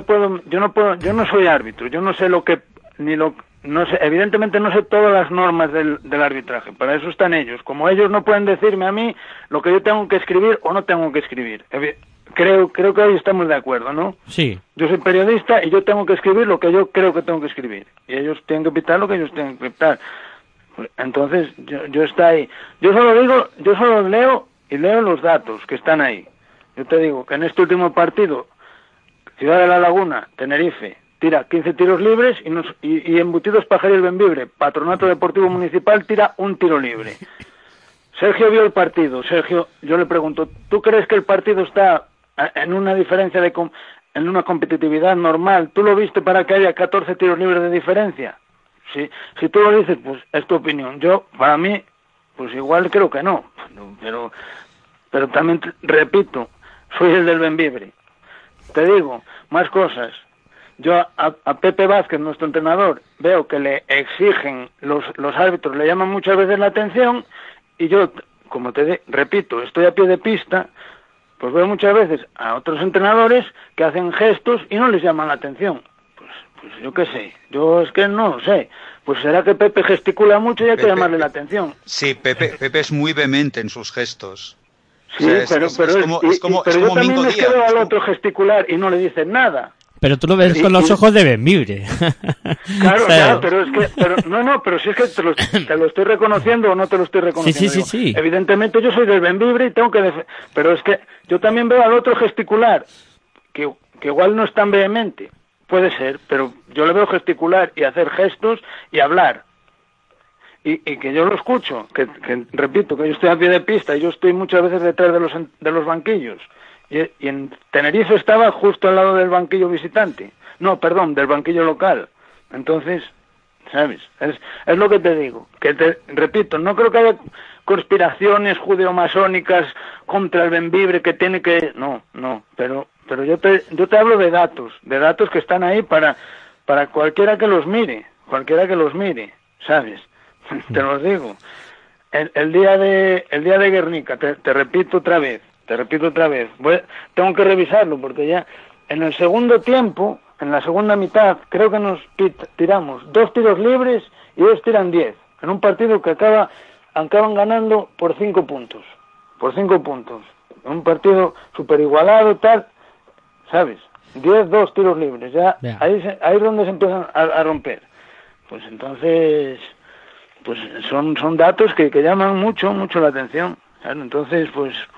no soy árbitro. Yo no sé no sé, evidentemente no sé todas las normas del arbitraje, para eso están ellos. Como ellos no pueden decirme a mí lo que yo tengo que escribir o no tengo que escribir. Creo que ahí estamos de acuerdo, ¿no? Sí. Yo soy periodista y yo tengo que escribir lo que yo creo que tengo que escribir. Y ellos tienen que pitar lo que ellos tienen que pitar. Entonces, yo está ahí. Yo solo leo los datos que están ahí. Yo te digo que en este último partido, Ciudad de la Laguna, Tenerife, tira 15 tiros libres y Embutidos Pajares Bembibre, Patronato Deportivo Municipal, tira un tiro libre. Sergio vio el partido. Sergio, yo le pregunto, ¿tú crees que el partido está en una diferencia en una competitividad normal? ¿Tú lo viste para que haya 14 tiros libres de diferencia? Si tú lo dices, pues es tu opinión. Yo, para mí, pues igual creo que no. Pero también, repito, soy el del Bembibre. Te digo, más cosas. Yo a Pepe Vázquez, nuestro entrenador, veo que le exigen, los árbitros le llaman muchas veces la atención, y yo, como repito, estoy a pie de pista, pues veo muchas veces a otros entrenadores que hacen gestos y no les llaman la atención. Pues yo qué sé, yo es que no lo sé. Pues será que Pepe gesticula mucho y hay que llamarle la atención. Sí, Pepe es muy vehemente en sus gestos. Sí, o sea, pero yo también me quedo al otro gesticular y no le dicen nada. Pero tú lo ves con los ojos de Bembibre. Claro, pero es que, pero si es que te lo estoy reconociendo o no te lo estoy reconociendo. Sí. Evidentemente yo soy del Bembibre y tengo que pero es que yo también veo al otro gesticular, que igual no es tan vehemente, puede ser, pero yo le veo gesticular y hacer gestos y hablar. Y que yo lo escucho, que repito, que yo estoy a pie de pista y yo estoy muchas veces detrás de los banquillos. Y en Tenerife estaba justo al lado del banquillo visitante. No, perdón, del banquillo local. Entonces, ¿sabes? Es lo que te digo. Repito, no creo que haya conspiraciones judeomasónicas contra el Bembibre que tiene que... No, pero yo te hablo de datos que están ahí para cualquiera que los mire, ¿sabes? Te los digo. El día de Guernica, te repito otra vez, tengo que revisarlo porque ya en el segundo tiempo, en la segunda mitad, creo que nos tiramos 2 tiros libres y 2 tiran 10, en un partido que acaban ganando por 5 puntos, un partido súper igualado tal, ¿sabes? 10-2 tiros libres, ya ahí es donde se empiezan a romper. Pues entonces, pues son datos que llaman mucho la atención, ¿sabes? Entonces,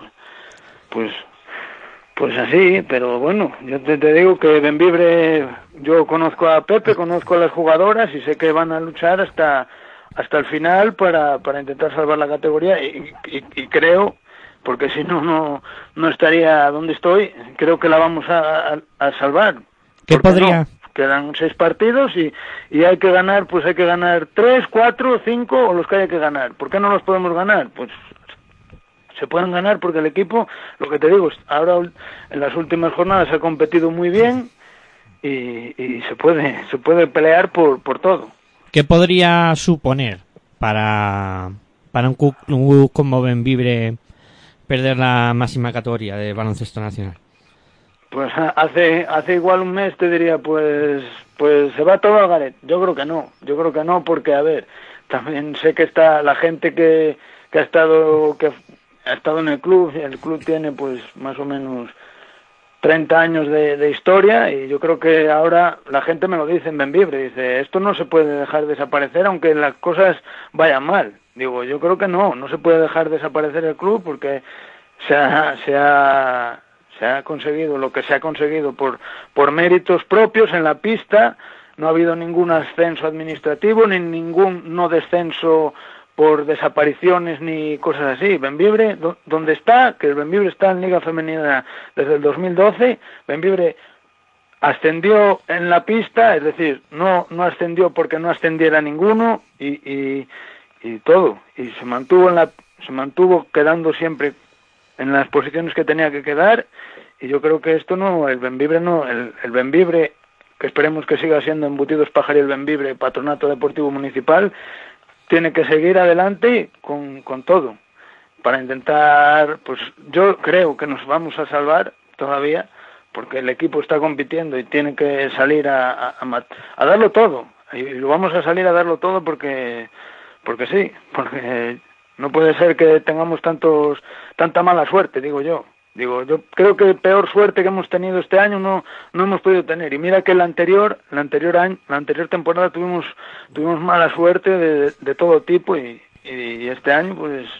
pues así, pero bueno, yo te digo que Bembibre, yo conozco a Pepe, conozco a las jugadoras y sé que van a luchar hasta el final para intentar salvar la categoría y creo, porque si no estaría donde estoy, creo que la vamos a salvar. ¿Qué podría? No, quedan 6 partidos y hay que ganar, pues hay que ganar 3, 4, 5 o los que haya que ganar. ¿Por qué no los podemos ganar? Pues se pueden ganar porque el equipo, lo que te digo, ahora en las últimas jornadas ha competido muy bien y se puede pelear por todo. ¿Qué podría suponer para un club como Bembibre perder la máxima categoría de baloncesto nacional? Pues hace igual un mes te diría, pues se va todo al garete. Yo creo que no, porque a ver, también sé que está la gente que ha estado en el club tiene pues más o menos 30 años de historia, y yo creo que ahora la gente me lo dice en Bembibre, dice, esto no se puede dejar desaparecer aunque las cosas vayan mal. Digo, yo creo que no se puede dejar desaparecer el club, porque se ha conseguido lo que se ha conseguido por méritos propios en la pista. No ha habido ningún ascenso administrativo, ni ningún no descenso por desapariciones ni cosas así. Bembibre, donde está, que el Bembibre está en Liga Femenina desde el 2012, Bembibre ascendió en la pista, es decir, no ascendió porque no ascendiera ninguno, y todo, y se mantuvo quedando siempre en las posiciones que tenía que quedar. Y yo creo que el Bembibre, que esperemos que siga siendo Embutidos Pajar y el Bembibre, Patronato Deportivo Municipal, tiene que seguir adelante con todo, para intentar, pues yo creo que nos vamos a salvar todavía, porque el equipo está compitiendo y tiene que salir a darlo todo, y lo vamos a salir a darlo todo porque sí, porque no puede ser que tengamos tanta mala suerte, digo yo creo que peor suerte que hemos tenido este año no hemos podido tener. Y mira que la anterior temporada tuvimos mala suerte de todo tipo, y este año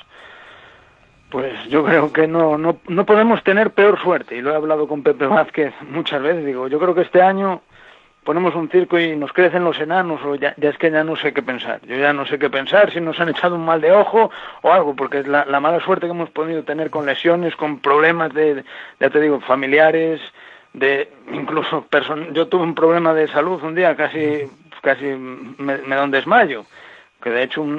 pues yo creo que no podemos tener peor suerte. Y lo he hablado con Pepe Vázquez muchas veces, digo, yo creo que este año ponemos un circo y nos crecen los enanos, o ya es que ya no sé qué pensar. Yo ya no sé qué pensar, si nos han echado un mal de ojo o algo, porque es la mala suerte que hemos podido tener con lesiones, con problemas ya te digo, familiares, incluso yo tuve un problema de salud un día, casi me da un desmayo, que de hecho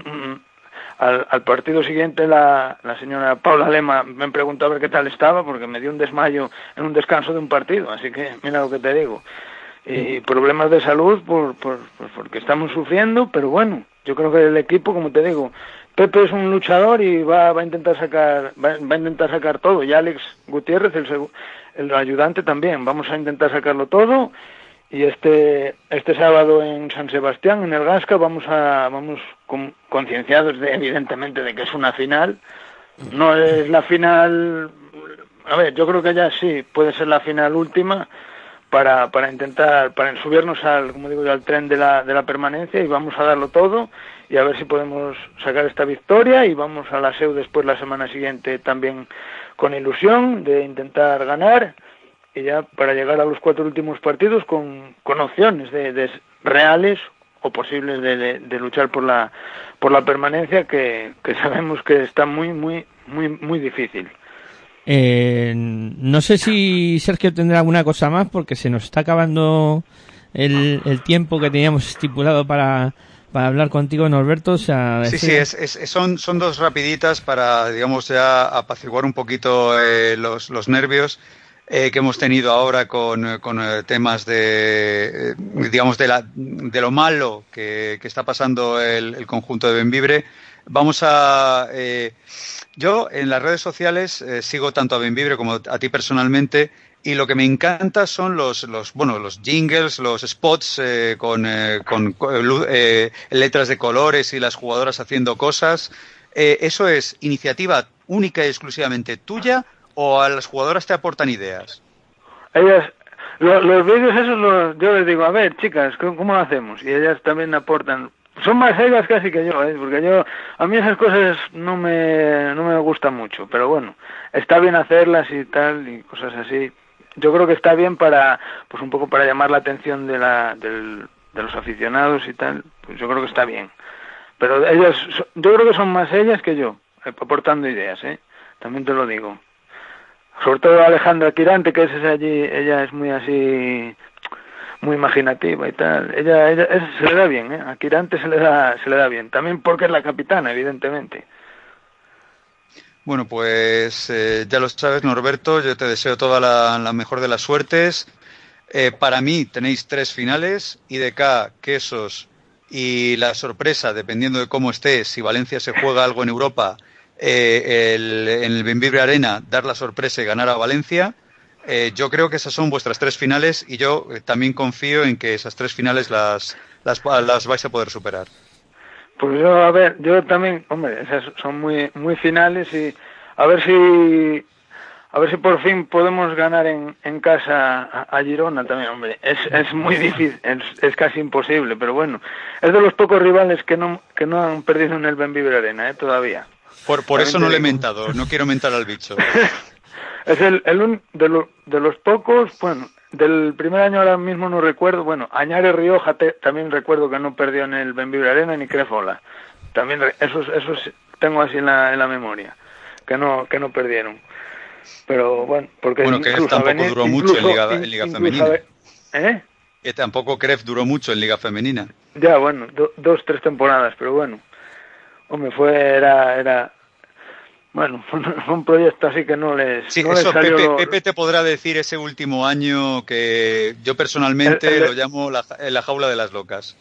al partido siguiente la señora Paula Lema me preguntó a ver qué tal estaba, porque me dio un desmayo en un descanso de un partido, así que mira lo que te digo. Y problemas de salud porque estamos sufriendo, pero bueno, yo creo que el equipo, como te digo, Pepe es un luchador y va a intentar sacar todo, y Alex Gutiérrez, el ayudante, también. Vamos a intentar sacarlo todo, y este sábado en San Sebastián, en el Gasca, vamos concienciados evidentemente de que es una final. No es la final, a ver, yo creo que ya sí puede ser la final última, para subirnos al tren de la permanencia, y vamos a darlo todo, y a ver si podemos sacar esta victoria, y vamos a la SEU después la semana siguiente también con ilusión de intentar ganar, y ya para llegar a los 4 últimos partidos con opciones de reales o posibles de luchar por la permanencia, que sabemos que está muy muy muy muy difícil. No sé si Sergio tendrá alguna cosa más, porque se nos está acabando el tiempo que teníamos estipulado para hablar contigo, Norberto. O sea, sí, son 2 rapiditas para, digamos, ya apaciguar un poquito los nervios que hemos tenido ahora con temas de lo malo que está pasando el conjunto de Bembibre. Vamos a yo en las redes sociales sigo tanto a Bembibre como a ti personalmente, y lo que me encanta son los jingles, los spots con letras de colores y las jugadoras haciendo cosas. ¿Eso es iniciativa única y exclusivamente tuya, o a las jugadoras te aportan ideas? Ellas, los vídeos esos, yo les digo, a ver, chicas, ¿cómo lo hacemos? Y ellas también aportan. Son más ellas casi que yo, porque a mí esas cosas no me gustan mucho, pero bueno, está bien hacerlas y tal, y cosas así. Yo creo que está bien pues un poco para llamar la atención de los aficionados y tal, pues yo creo que está bien. Pero ellas, yo creo que son más ellas que yo, aportando ideas, también te lo digo. Sobre todo Alejandra Quirante, que es allí, ella es muy así, muy imaginativa y tal. Ella se le da bien, a Quirante se le da bien. También porque es la capitana, evidentemente. Bueno, pues ya lo sabes, Norberto, yo te deseo toda la mejor de las suertes. Para mí tenéis 3 finales, IDK, Quesos y la sorpresa, dependiendo de cómo esté, si Valencia se juega algo en Europa, en el Bembibre Arena, dar la sorpresa y ganar a Valencia. yo creo que esas son vuestras 3 finales y yo también confío en que esas 3 finales las vais a poder superar. Pues yo también, hombre, esas son muy finales y a ver si por fin podemos ganar en casa a Girona también, hombre. Es muy difícil, es casi imposible, pero bueno, es de los pocos rivales que no han perdido en el Bembibre Arena, todavía. Por eso no le he mentado, no quiero mentar al bicho. Es de los pocos, bueno, del primer año ahora mismo no recuerdo, bueno, Añares Rioja también recuerdo que no perdió en el Bembibre Arena ni Crefola. También esos tengo así en la memoria, que no perdieron. Pero bueno, porque Cref tampoco duró mucho en Liga Femenina. Que tampoco Cref duró mucho en Liga Femenina. Ya, bueno, 2-3 temporadas, pero bueno. Hombre, era bueno, fue un proyecto así que no les salió. Pepe te podrá decir ese último año que yo personalmente lo llamo la jaula de las locas.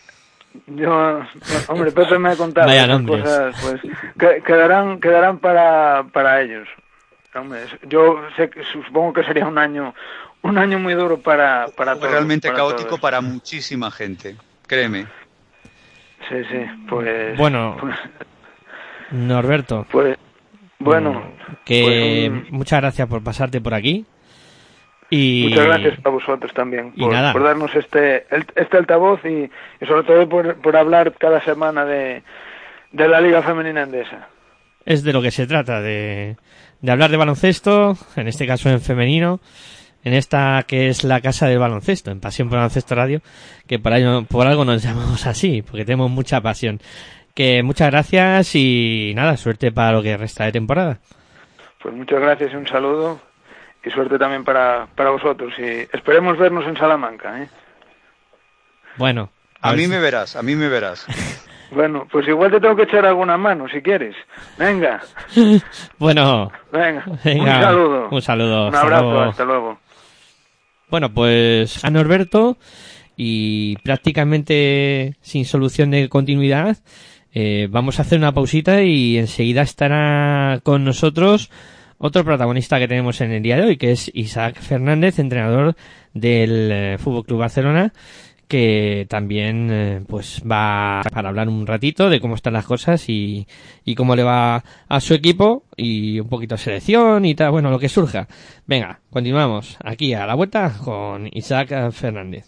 Hombre, Pepe me ha contado esas cosas, pues quedarán para ellos. Hombre, yo supongo que sería un año muy duro para todos. Realmente para caótico todos. Para muchísima gente, créeme. Sí, pues... Bueno, Norberto. Pues, bueno... muchas gracias por pasarte por aquí. Y muchas gracias a vosotros también por darnos este altavoz y sobre todo por hablar cada semana de la Liga Femenina Endesa. Es de lo que se trata, de hablar de baloncesto, en este caso en femenino, en esta que es la casa del baloncesto, en Pasión por Baloncesto Radio, que por algo nos llamamos así, porque tenemos mucha pasión. Que muchas gracias y nada, suerte para lo que resta de temporada. Pues muchas gracias y un saludo y suerte también para vosotros y esperemos vernos en Salamanca, ¿eh? Bueno. A mí me verás. Bueno, pues igual te tengo que echar alguna mano, si quieres. Venga. Bueno. Venga. Un saludo. Un abrazo, hasta luego. Bueno, pues a Norberto, y prácticamente sin solución de continuidad, vamos a hacer una pausita y enseguida estará con nosotros otro protagonista que tenemos en el día de hoy, que es Isaac Fernández, entrenador del Fútbol Club Barcelona, que también pues va para hablar un ratito de cómo están las cosas y cómo le va a su equipo y un poquito de selección y tal, bueno, lo que surja. Venga, continuamos aquí a la vuelta con Isaac Fernández.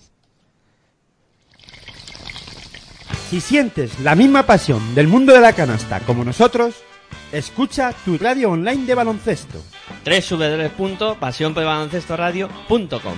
Si sientes la misma pasión del mundo de la canasta como nosotros, escucha tu radio online de baloncesto. www.pasionporbaloncestoradio.com.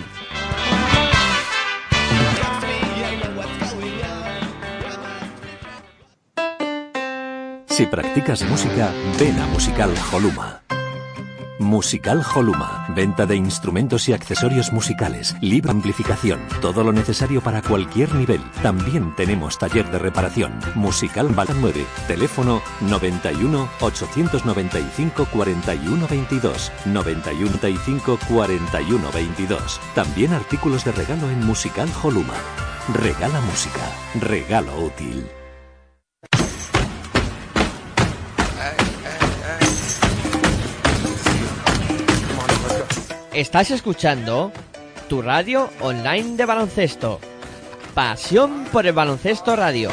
Si practicas música, ven a Musical Holuma. Musical Holuma. Venta de instrumentos y accesorios musicales, libre amplificación, todo lo necesario para cualquier nivel. También tenemos taller de reparación. Musical Bala 9. Teléfono 91 895 41 22. 91 35 41 22. También artículos de regalo en Musical Holuma. Regala música. Regalo útil. Estás escuchando tu radio online de baloncesto. Pasión por el Baloncesto Radio.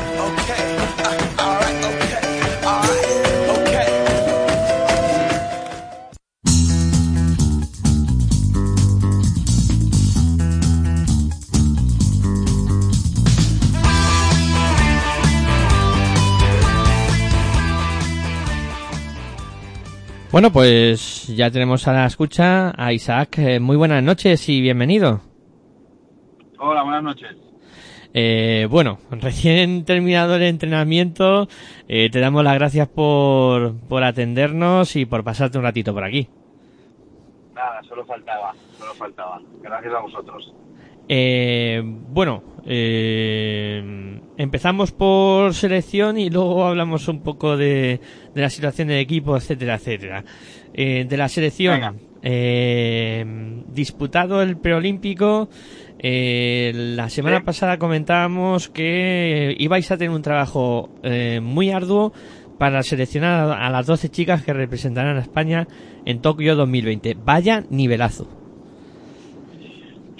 Bueno, pues ya tenemos a la escucha a Isaac. Muy buenas noches y bienvenido. Hola, buenas noches. Bueno, recién terminado el entrenamiento, te damos las gracias por atendernos y por pasarte un ratito por aquí. Nada, solo faltaba. Gracias a vosotros. Bueno, empezamos por selección y luego hablamos un poco de la situación del equipo, etcétera, etcétera. De la selección, disputado el preolímpico, la semana pasada comentábamos que ibais a tener un trabajo muy arduo para seleccionar a las 12 chicas que representarán a España en Tokio 2020. Vaya nivelazo.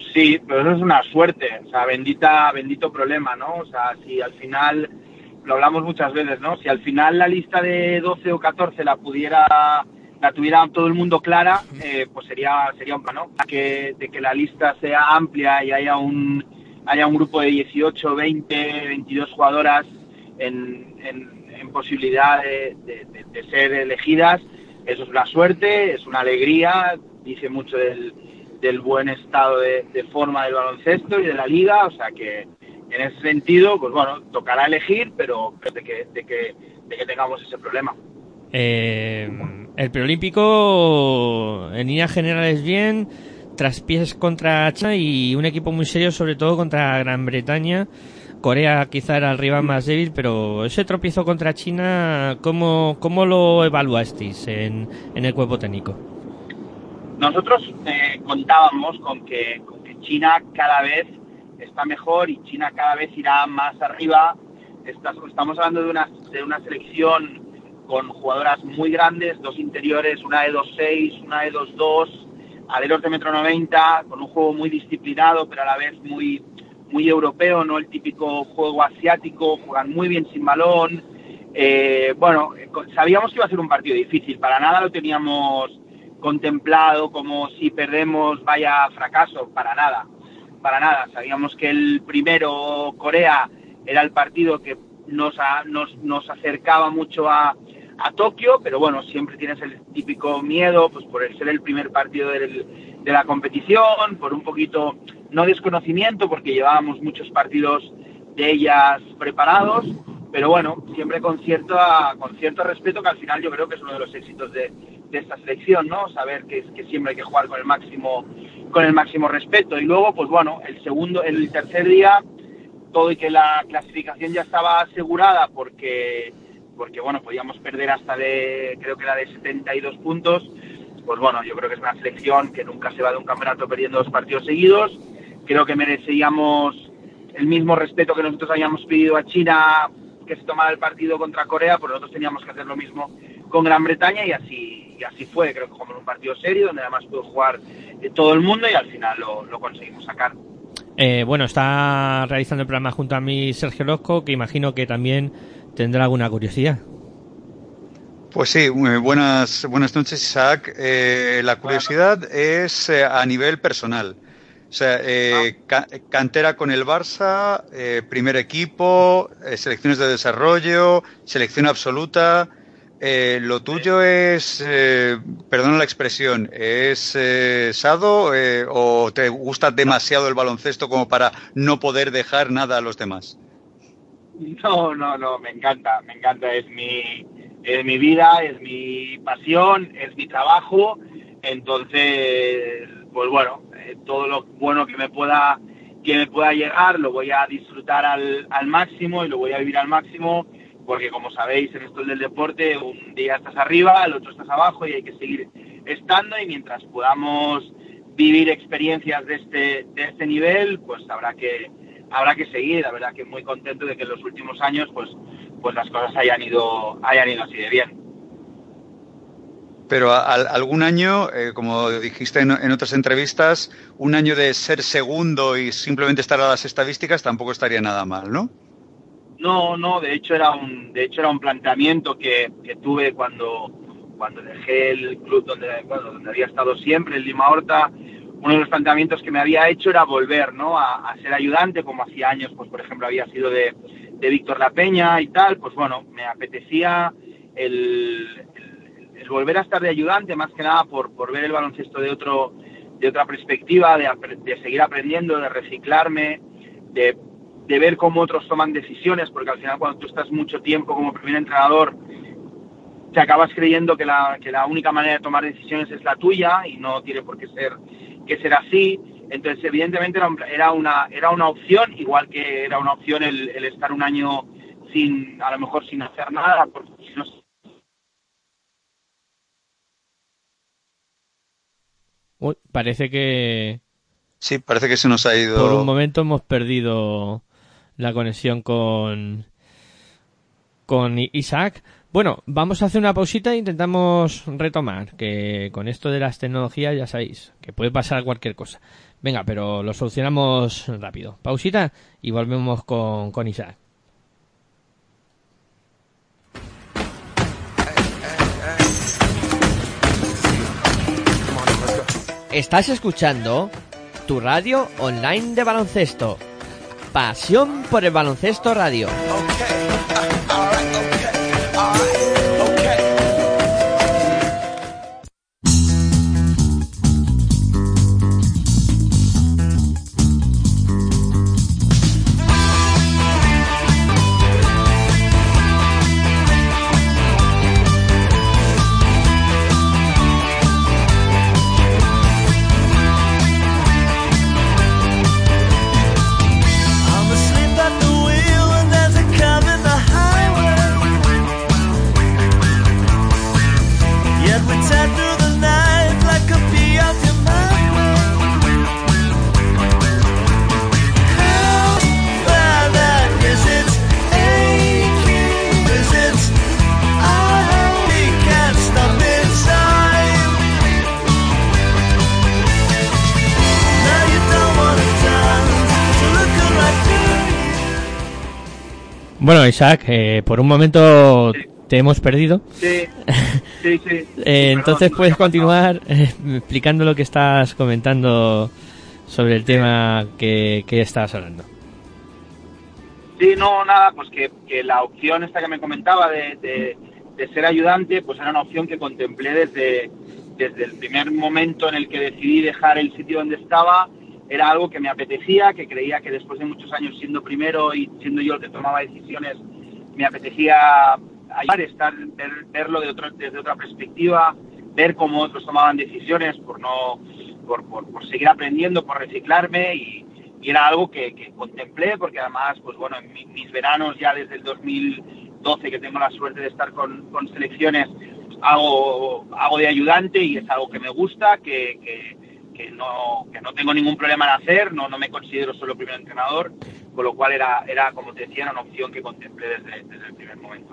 Sí, pero eso es una suerte, o sea, bendito problema, ¿no? O sea, si al final, lo hablamos muchas veces, ¿no? Si al final la lista de 12 o 14 la tuviera todo el mundo clara, pues sería un plan, ¿no? De que la lista sea amplia y haya un grupo de 18, 20, 22 jugadoras en posibilidad de ser elegidas, eso es una suerte, es una alegría, dice mucho del buen estado de forma del baloncesto y de la liga, o sea que en ese sentido, pues bueno, tocará elegir, pero de que tengamos ese problema. El preolímpico en líneas generales bien, traspiés contra China y un equipo muy serio, sobre todo contra Gran Bretaña. Corea quizá era el rival más débil, pero ese tropiezo contra China, ¿cómo lo evaluasteis en el cuerpo técnico? Nosotros contábamos con que China cada vez está mejor y China cada vez irá más arriba. Estamos hablando de una selección con jugadoras muy grandes, dos interiores, una de 2'6", una de 2'2", aleros de 1,90 m, con un juego muy disciplinado, pero a la vez muy europeo, no el típico juego asiático, juegan muy bien sin balón. Sabíamos que iba a ser un partido difícil, para nada lo teníamos contemplado como si perdemos vaya fracaso, para nada. Sabíamos que el primero, Corea, era el partido que nos acercaba mucho a Tokio, pero bueno, siempre tienes el típico miedo, pues por ser el primer partido de la competición, por un poquito, no desconocimiento, porque llevábamos muchos partidos de ellas preparados, pero bueno, siempre con cierto respeto, que al final yo creo que es uno de los éxitos de esta selección, ¿no? Saber que siempre hay que jugar con el máximo respeto. Y luego, pues bueno, el tercer día, todo y que la clasificación ya estaba asegurada porque bueno, podíamos perder creo que era de 72 puntos, pues bueno, yo creo que es una selección que nunca se va de un campeonato perdiendo 2 partidos seguidos. Creo que merecíamos el mismo respeto que nosotros habíamos pedido a China que se tomara el partido contra Corea, pues nosotros teníamos que hacer lo mismo con Gran Bretaña y así fue. Creo que jugamos un partido serio donde además pudo jugar todo el mundo y al final lo conseguimos sacar. Bueno, está realizando el programa junto a mí Sergio Losco, que imagino que también tendrá alguna curiosidad. Pues sí, buenas noches, Isaac. La curiosidad es a nivel personal. O sea, cantera con el Barça, primer equipo, selecciones de desarrollo, selección absoluta. Lo tuyo es, perdona la expresión, ¿es sado o te gusta demasiado el baloncesto como para no poder dejar nada a los demás? No, me encanta, es mi vida, es mi pasión, es mi trabajo, entonces, pues bueno, todo lo bueno que me pueda llegar lo voy a disfrutar al máximo y lo voy a vivir al máximo, porque como sabéis, en esto del deporte, un día estás arriba, el otro estás abajo y hay que seguir estando, y mientras podamos vivir experiencias de este nivel, pues habrá que seguir. La verdad que muy contento de que en los últimos años pues las cosas hayan ido así de bien. Pero algún año, como dijiste en otras entrevistas, un año de ser segundo y simplemente estar a las estadísticas tampoco estaría nada mal, ¿no? No, de hecho era un planteamiento que tuve cuando dejé el club donde había estado siempre, el Lima Horta. Uno de los planteamientos que me había hecho era volver, ¿no?, a ser ayudante, como hacía años, pues por ejemplo había sido de Víctor La Peña y tal. Pues bueno, me apetecía el volver a estar de ayudante, más que nada por ver el baloncesto de otra perspectiva, de seguir aprendiendo, de reciclarme, de ver cómo otros toman decisiones, porque al final cuando tú estás mucho tiempo como primer entrenador, te acabas creyendo que la única manera de tomar decisiones es la tuya y no tiene por qué ser así. Entonces evidentemente era una opción, igual que era una opción el estar un año a lo mejor sin hacer nada, porque si no... Uy, parece que... Sí, parece que se nos ha ido... Por un momento hemos perdido la conexión con Isaac, Bueno, vamos a hacer una pausita e intentamos retomar, que con esto de las tecnologías ya sabéis que puede pasar cualquier cosa. Venga, pero lo solucionamos rápido. Pausita y volvemos con Isaac. Estás escuchando tu radio online de baloncesto. Pasión por el baloncesto radio. Bueno, Isaac, por un momento te hemos perdido. Sí. Entonces puedes continuar explicando lo que estás comentando sobre el tema que estabas hablando. Sí, no, nada, pues que la opción esta que me comentaba de ser ayudante, pues era una opción que contemplé desde el primer momento en el que decidí dejar el sitio donde estaba. Era algo que me apetecía, que creía que después de muchos años siendo primero y siendo yo el que tomaba decisiones, me apetecía ayudar, verlo desde otra perspectiva, ver cómo otros tomaban decisiones por seguir aprendiendo, por reciclarme y era algo que contemplé porque además, pues bueno, en mis veranos ya desde el 2012 que tengo la suerte de estar con selecciones, hago de ayudante y es algo que me gusta, que no tengo ningún problema en hacer, no me considero solo primer entrenador, con lo cual era como te decía, era una opción que contemplé desde el primer momento.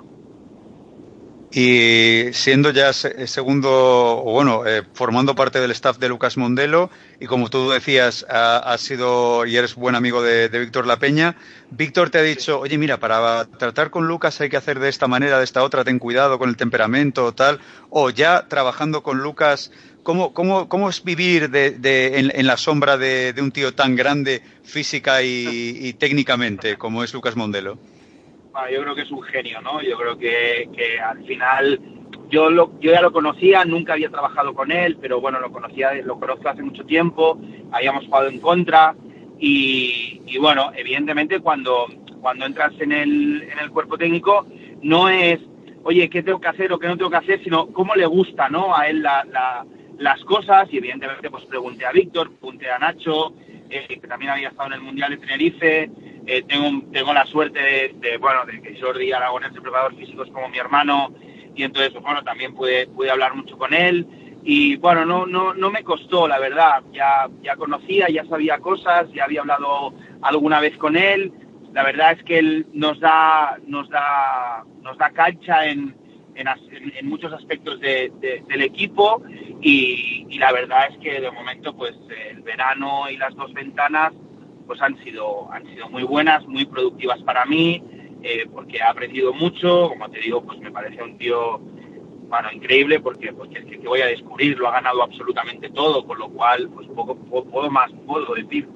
Y siendo ya segundo, o bueno, formando parte del staff de Lucas Mondelo, y como tú decías, has sido y eres buen amigo de Víctor Lapeña, Víctor te ha dicho, oye, mira, para tratar con Lucas hay que hacer de esta manera, de esta otra, ten cuidado con el temperamento, tal, o ya trabajando con Lucas, ¿cómo es vivir en la sombra de un tío tan grande física y técnicamente como es Lucas Mondelo? Bueno, yo creo que es un genio, ¿no? Yo creo que al final yo ya lo conocía, nunca había trabajado con él, pero bueno, lo conozco hace mucho tiempo, habíamos jugado en contra y bueno, evidentemente cuando entras en el cuerpo técnico no es, oye, ¿qué tengo que hacer o qué no tengo que hacer? Sino cómo le gusta, ¿no? A él las cosas y evidentemente pues pregunté a Víctor, pregunté a Nacho, que también había estado en el Mundial de Tenerife. Tengo la suerte de que Jordi Aragonés, el preparador físico, es como mi hermano y entonces pues, bueno, también pude hablar mucho con él y bueno, no me costó, la verdad, ya conocía, ya sabía cosas, ya había hablado alguna vez con él. La verdad es que él nos da cancha en muchos aspectos del equipo y la verdad es que de momento pues el verano y las dos ventanas pues han sido muy buenas, muy productivas para mí, porque he aprendido mucho, como te digo, pues me parece un tío, bueno, increíble, porque es que voy a descubrir, lo ha ganado absolutamente todo, con lo cual pues poco más puedo decir.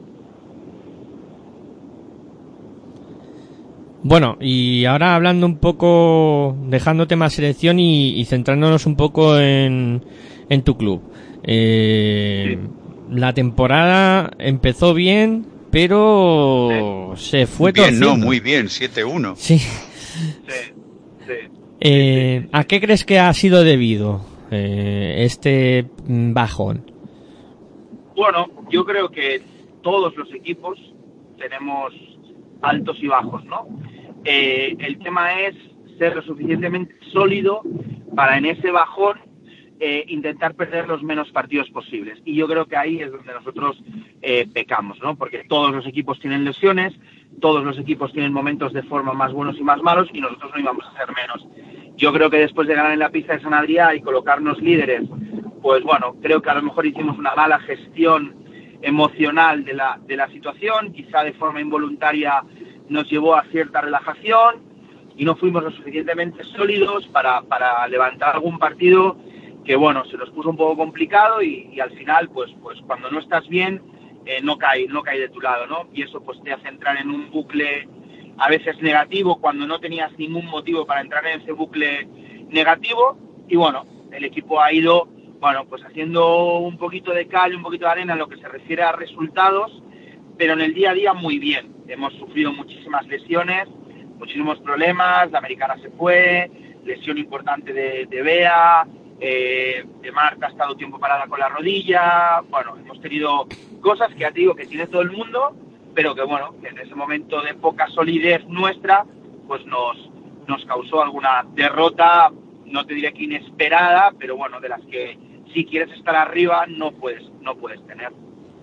Bueno, y ahora hablando un poco, dejando tema selección y centrándonos un poco en tu club. Sí. La temporada empezó bien, pero sí, se fue bien, torciendo. No, muy bien, 7-1. Sí. ¿A qué crees que ha sido debido este bajón? Bueno, yo creo que todos los equipos tenemos altos y bajos, ¿no? El tema es ser lo suficientemente sólido para en ese bajón intentar perder los menos partidos posibles. Y yo creo que ahí es donde nosotros pecamos, ¿no? Porque todos los equipos tienen lesiones, todos los equipos tienen momentos de forma más buenos y más malos y nosotros no íbamos a ser menos. Yo creo que después de ganar en la pista de San Adrià y colocarnos líderes, pues bueno, creo que a lo mejor hicimos una mala gestión emocional de la situación, quizá de forma involuntaria nos llevó a cierta relajación y no fuimos lo suficientemente sólidos para levantar algún partido que, bueno, se nos puso un poco complicado y al final, pues cuando no estás bien, no cae de tu lado, ¿no? Y eso pues te hace entrar en un bucle a veces negativo cuando no tenías ningún motivo para entrar en ese bucle negativo. Y bueno, el equipo ha ido, bueno, pues haciendo un poquito de cal y un poquito de arena en lo que se refiere a resultados, pero en el día a día muy bien. Hemos sufrido muchísimas lesiones, muchísimos problemas. La americana se fue, lesión importante de Bea, de Marta ha estado tiempo parada con la rodilla. Bueno, hemos tenido cosas que ya te digo que tiene todo el mundo, pero que bueno, en ese momento de poca solidez nuestra, pues nos causó alguna derrota, no te diré que inesperada, pero bueno, de las que si quieres estar arriba no puedes tener.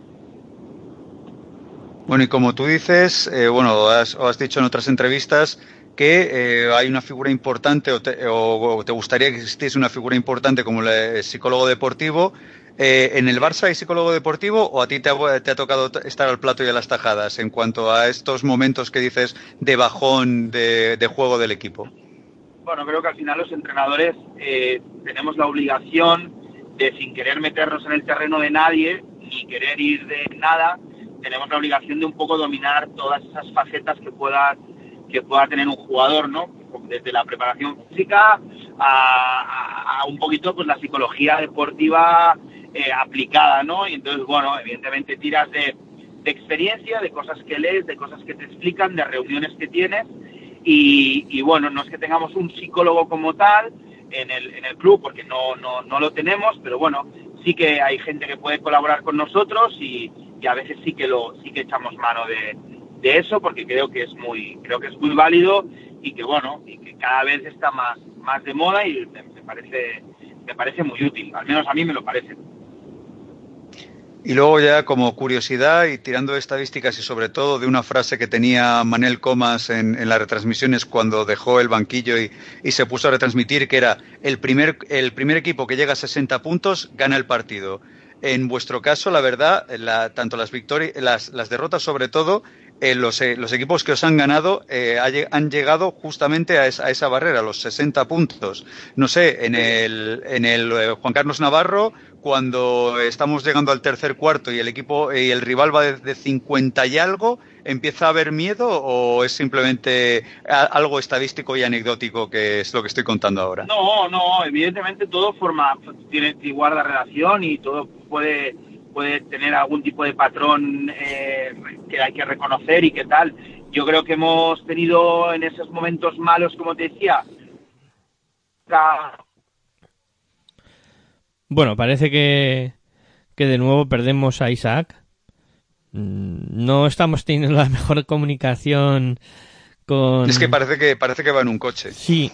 Bueno, y como tú dices, has dicho en otras entrevistas que hay una figura importante o te gustaría que existiese una figura importante como el psicólogo deportivo. ¿En el Barça hay psicólogo deportivo o a ti te ha tocado estar al plato y a las tajadas en cuanto a estos momentos que dices de bajón de juego del equipo? Bueno, creo que al final los entrenadores tenemos la obligación de, sin querer meternos en el terreno de nadie, ni querer ir de nada, tenemos la obligación de un poco dominar todas esas facetas que pueda tener un jugador, ¿no? Desde la preparación física a un poquito pues la psicología deportiva aplicada, ¿no? Y entonces, bueno, evidentemente tiras de experiencia, de cosas que lees, de cosas que te explican, de reuniones que tienes y bueno, no es que tengamos un psicólogo como tal en el club, porque no lo tenemos, pero bueno, sí que hay gente que puede colaborar con nosotros y a veces sí que echamos mano de eso, porque creo que es muy válido y que bueno, y que cada vez está más de moda y me parece muy útil, al menos a mí me lo parece. Y luego ya como curiosidad y tirando de estadísticas y sobre todo de una frase que tenía Manel Comas en las retransmisiones cuando dejó el banquillo y se puso a retransmitir, que era el primer equipo que llega a 60 puntos gana el partido. En vuestro caso, la verdad, tanto las victorias, las derrotas sobre todo, los equipos que os han ganado han llegado justamente a esa barrera, a los 60 puntos. No sé, en el Juan Carlos Navarro, cuando estamos llegando al tercer cuarto y el equipo y el rival va de 50 y algo, ¿empieza a haber miedo o es simplemente algo estadístico y anecdótico que es lo que estoy contando ahora? No, evidentemente todo tiene y guarda relación y todo puede tener algún tipo de patrón que hay que reconocer y qué tal. Yo creo que hemos tenido en esos momentos malos, como te decía. Bueno, parece que de nuevo perdemos a Isaac. No estamos teniendo la mejor comunicación con... Es que parece que va en un coche. Sí.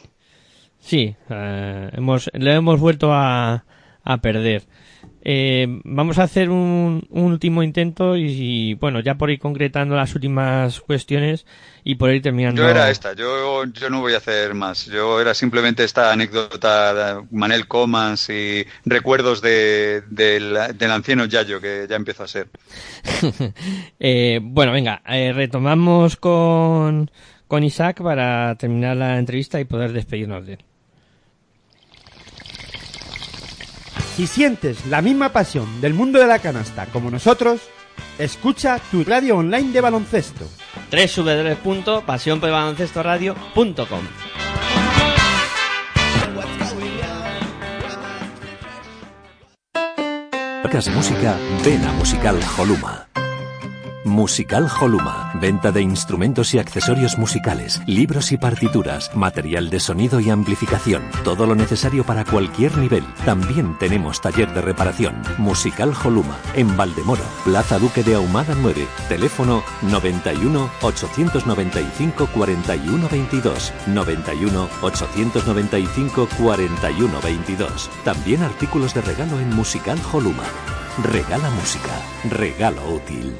Le hemos vuelto a perder. Vamos a hacer un último intento y bueno, ya por ir concretando las últimas cuestiones y por ir terminando. Yo era esta, yo no voy a hacer más. Yo era simplemente esta anécdota de Manel Comas y recuerdos del anciano Yayo, que ya empieza a ser. Bueno, venga, retomamos con Isaac para terminar la entrevista y poder despedirnos de él. Si sientes la misma pasión del mundo de la canasta como nosotros, escucha tu radio online de baloncesto. www.pasionporbaloncestoradio.com. Sacas música, ven a Musical Holuma. Musical Holuma, venta de instrumentos y accesorios musicales, libros y partituras, material de sonido y amplificación, todo lo necesario para cualquier nivel. También tenemos taller de reparación. Musical Holuma, en Valdemoro, Plaza Duque de Ahumada 9, teléfono 91 895 41 22, 91 895 41 22. También artículos de regalo en Musical Holuma. Regala música, regalo útil.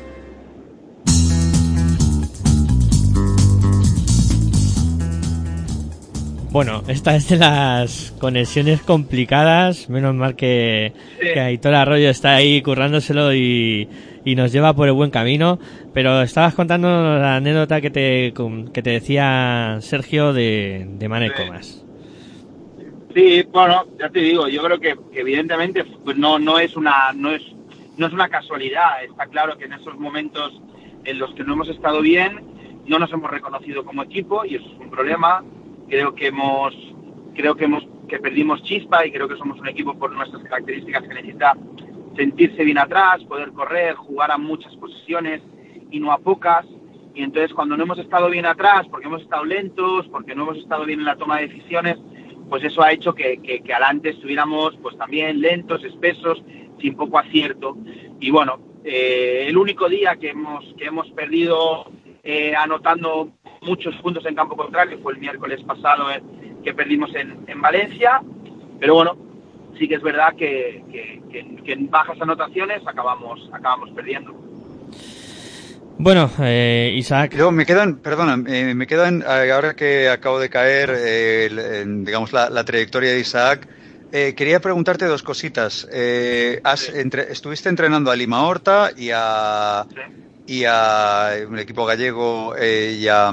Bueno, esta es de las conexiones complicadas. Menos mal que Aitor Arroyo está ahí currándoselo y nos lleva por el buen camino. Pero estabas contando la anécdota que te decía Sergio de Manuel Comas. Sí, bueno, ya te digo, yo creo que evidentemente pues no es una casualidad. Está claro que en esos momentos en los que no hemos estado bien, no nos hemos reconocido como equipo y eso es un problema. Creo que perdimos chispa y creo que somos un equipo por nuestras características que necesita sentirse bien atrás, poder correr, jugar a muchas posiciones y no a pocas. Y entonces cuando no hemos estado bien atrás, porque hemos estado lentos, porque no hemos estado bien en la toma de decisiones, pues eso ha hecho que adelante estuviéramos pues también lentos, espesos, sin poco acierto. Y bueno, el único día que hemos perdido anotando muchos puntos en campo contrario fue el miércoles pasado que perdimos en Valencia, pero bueno, sí que es verdad que en bajas anotaciones acabamos perdiendo. Bueno, Isaac. Luego me quedan, ahora que acabo de caer, digamos, la trayectoria de Isaac, quería preguntarte dos cositas. Estuviste entrenando a Lima Horta y a un equipo gallego y a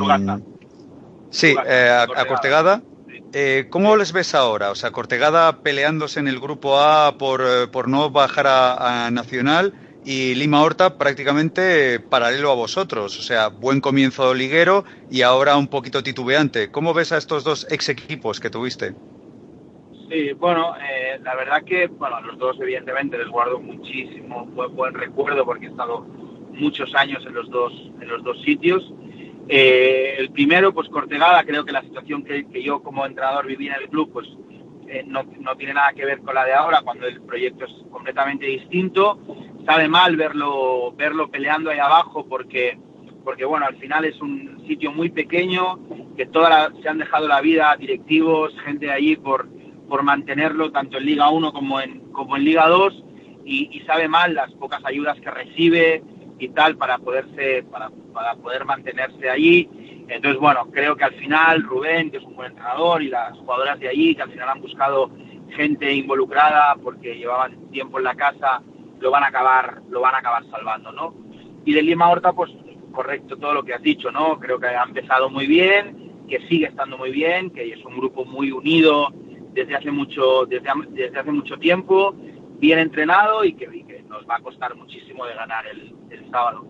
Cortegada. ¿Cómo les ves ahora? O sea, Cortegada peleándose en el grupo A por no bajar a Nacional y Lima Horta prácticamente paralelo a vosotros. O sea, buen comienzo liguero y ahora un poquito titubeante. ¿Cómo ves a estos dos ex equipos que tuviste? Sí, bueno, la verdad que, los dos evidentemente les guardo muchísimo buen recuerdo porque he estado muchos años en los dos sitios. El primero, pues Cortegada, creo que la situación que yo como entrenador viví en el club, pues no tiene nada que ver con la de ahora, cuando el proyecto es completamente distinto. Sabe mal verlo peleando ahí abajo porque bueno, al final es un sitio muy pequeño, que se han dejado la vida directivos, gente de allí por mantenerlo tanto en Liga 1 como en Liga 2 y sabe mal las pocas ayudas que recibe y tal para poder mantenerse allí. Entonces, bueno, creo que al final Rubén, que es un buen entrenador, y las jugadoras de allí, que al final han buscado gente involucrada porque llevaban tiempo en la casa, lo van a acabar salvando, ¿no? Y de Lima Horta, pues correcto todo lo que has dicho, ¿no? Creo que ha empezado muy bien, que sigue estando muy bien, que es un grupo muy unido desde hace mucho tiempo, bien entrenado y que nos va a costar muchísimo de ganar el sábado.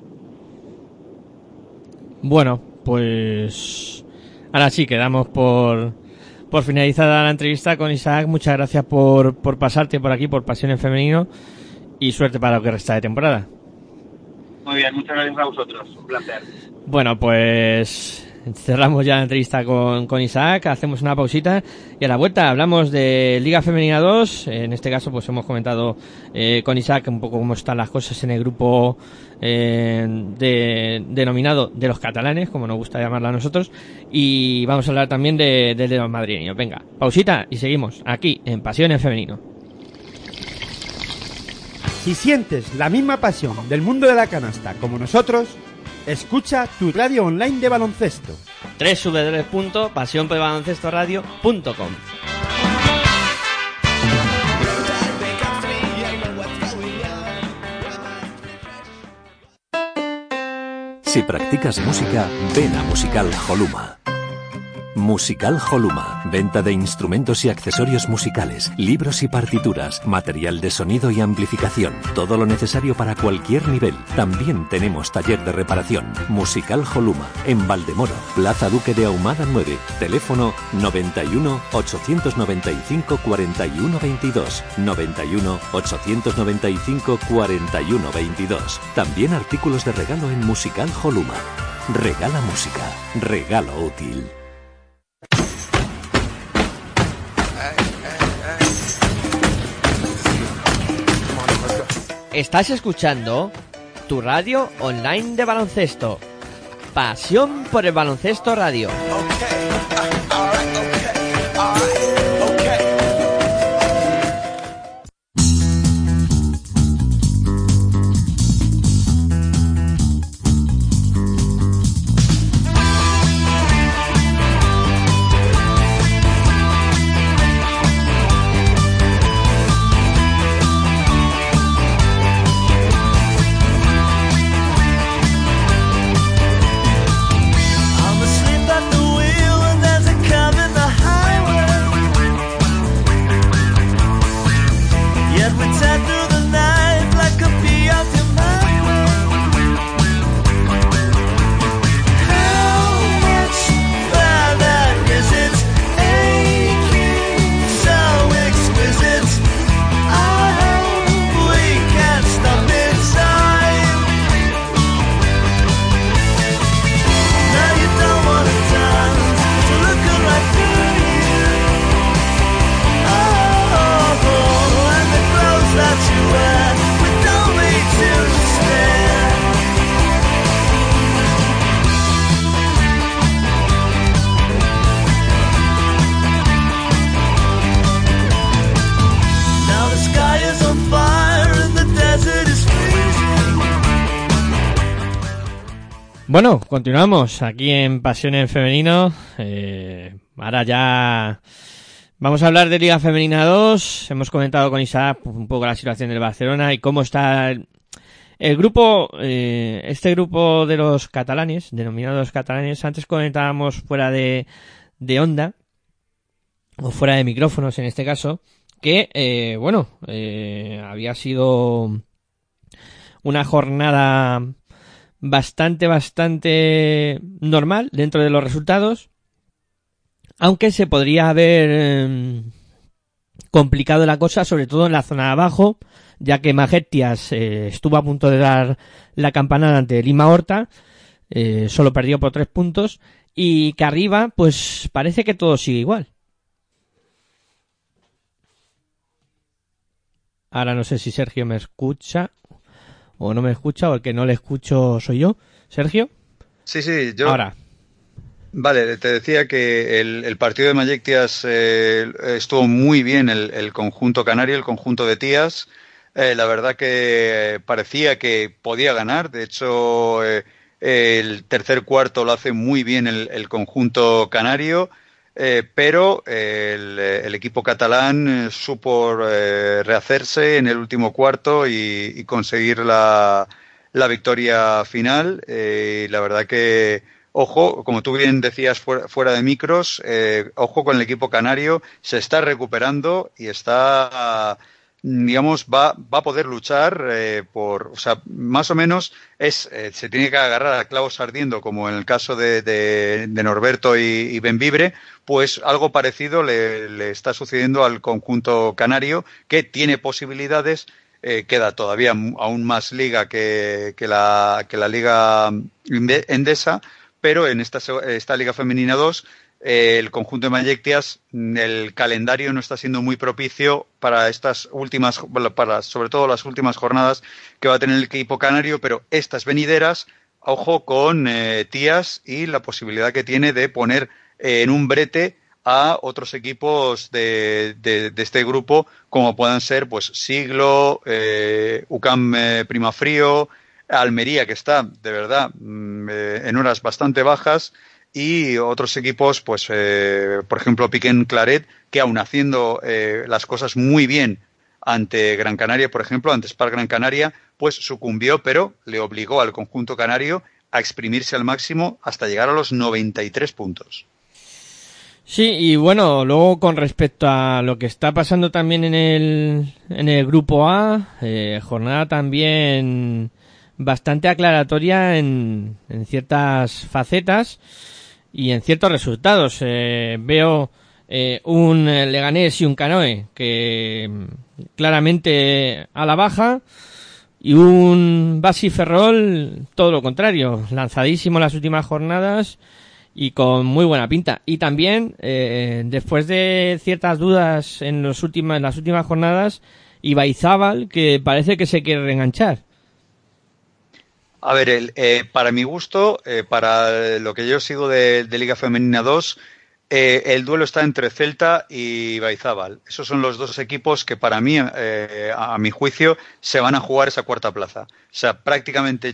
Bueno, pues ahora sí, quedamos por finalizada la entrevista con Isaac. Muchas gracias por pasarte por aquí, por Pasión en Femenino, y suerte para lo que resta de temporada. Muy bien, muchas gracias a vosotros, un placer. Bueno, pues cerramos ya la entrevista con Isaac, hacemos una pausita y a la vuelta hablamos de Liga Femenina 2. En este caso pues hemos comentado con Isaac un poco cómo están las cosas en el grupo denominado de los catalanes, como nos gusta llamarla a nosotros, y vamos a hablar también de los madrileños. Venga, pausita y seguimos aquí en Pasión en Femenino. Si sientes la misma pasión del mundo de la canasta como nosotros, escucha tu radio online de baloncesto. www.pasionporbaloncestoradio.com. Si practicas música, ven a Musical Holuma. Musical Holuma, venta de instrumentos y accesorios musicales, libros y partituras, material de sonido y amplificación, todo lo necesario para cualquier nivel. También tenemos taller de reparación. Musical Holuma, en Valdemoro, Plaza Duque de Ahumada 9, teléfono 91 895 41 22, 91 895 41 22. También artículos de regalo en Musical Holuma. Regala música, regalo útil. Estás escuchando tu radio online de baloncesto. Pasión por el baloncesto radio. Bueno, continuamos aquí en Pasión en Femenino. Ahora ya vamos a hablar de Liga Femenina 2. Hemos comentado con Isaac un poco la situación del Barcelona y cómo está el grupo, este grupo de los catalanes, denominados catalanes. Antes comentábamos fuera de onda, o fuera de micrófonos en este caso, que, había sido una jornada bastante normal dentro de los resultados, aunque se podría haber complicado la cosa, sobre todo en la zona de abajo, ya que Magetias estuvo a punto de dar la campanada ante Lima Horta, solo perdió por 3 puntos, y que arriba pues parece que todo sigue igual. Ahora no sé si Sergio me escucha o no me escucha, o el que no le escucho soy yo. ¿Sergio? Sí, yo. Ahora. Vale, te decía que el partido de Magetias estuvo muy bien el conjunto canario, el conjunto de Tías. La verdad que parecía que podía ganar. De hecho, el tercer cuarto lo hace muy bien el conjunto canario. Pero el equipo catalán supo rehacerse en el último cuarto y conseguir la victoria final. La verdad que, ojo, como tú bien decías fuera de micros, ojo con el equipo canario, se está recuperando y está, digamos, va a poder luchar o sea, más o menos se tiene que agarrar a clavos ardiendo, como en el caso de Norberto y Benvibre. Pues algo parecido le está sucediendo al conjunto canario, que tiene posibilidades. Queda todavía aún más liga que la Liga Endesa, pero en esta Liga Femenina 2 el conjunto de Magetias, el calendario no está siendo muy propicio para estas últimas, sobre todo las últimas jornadas que va a tener el equipo canario, pero estas venideras, ojo con Tías y la posibilidad que tiene de poner en un brete a otros equipos de este grupo, como puedan ser pues Siglo, UCAM Primafrío, Almería, que está de verdad en horas bastante bajas, y otros equipos, pues por ejemplo Piquen Claret, que aun haciendo las cosas muy bien ante Gran Canaria, por ejemplo, ante Spar Gran Canaria, pues sucumbió, pero le obligó al conjunto canario a exprimirse al máximo hasta llegar a los 93 puntos. Sí, y bueno, luego con respecto a lo que está pasando también en el grupo A, jornada también bastante aclaratoria en ciertas facetas y en ciertos resultados. Veo un Leganés y un Canoe que claramente a la baja, y un Baxi Ferrol todo lo contrario, lanzadísimo en las últimas jornadas y con muy buena pinta. Y también, después de ciertas dudas en las últimas jornadas, Ibaizábal, que parece que se quiere reenganchar. A ver, para mi gusto, para lo que yo sigo de Liga Femenina 2, el duelo está entre Celta y Ibaizábal. Esos son los dos equipos que para mí, a mi juicio, se van a jugar esa cuarta plaza. O sea, prácticamente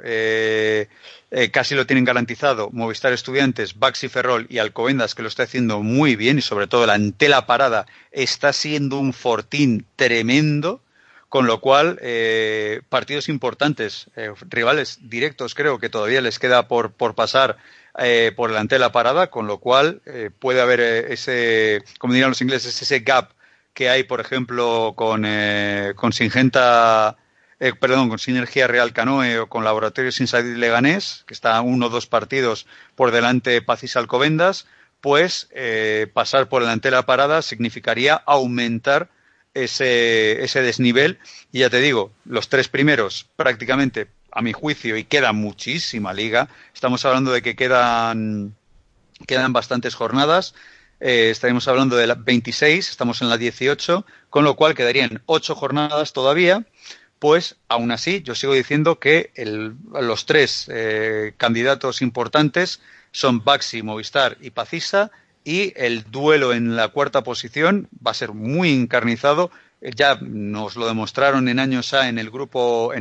casi lo tienen garantizado Movistar Estudiantes, Baxi Ferrol y Alcobendas, que lo está haciendo muy bien, y sobre todo la Antela Parada está siendo un fortín tremendo. Con lo cual, partidos importantes, rivales directos, creo que todavía les queda por pasar por delante de la parada, con lo cual puede haber ese, como dirían los ingleses, ese gap que hay, por ejemplo, con Sinergia Real Canoe o con Laboratorios Inside Leganés, que está 1 o 2 partidos por delante de Pazis Alcobendas, pues pasar por delante de la parada significaría aumentar ese desnivel. Y ya te digo, los 3 primeros prácticamente, a mi juicio, y queda muchísima liga, estamos hablando de que quedan bastantes jornadas, estaremos hablando de la 26, estamos en la 18, con lo cual quedarían 8 jornadas todavía. Pues aún así yo sigo diciendo que los 3 candidatos importantes son Baxi, Movistar y Pacisa, y el duelo en la 4ª posición va a ser muy encarnizado. Ya nos lo demostraron en años A en el grupo,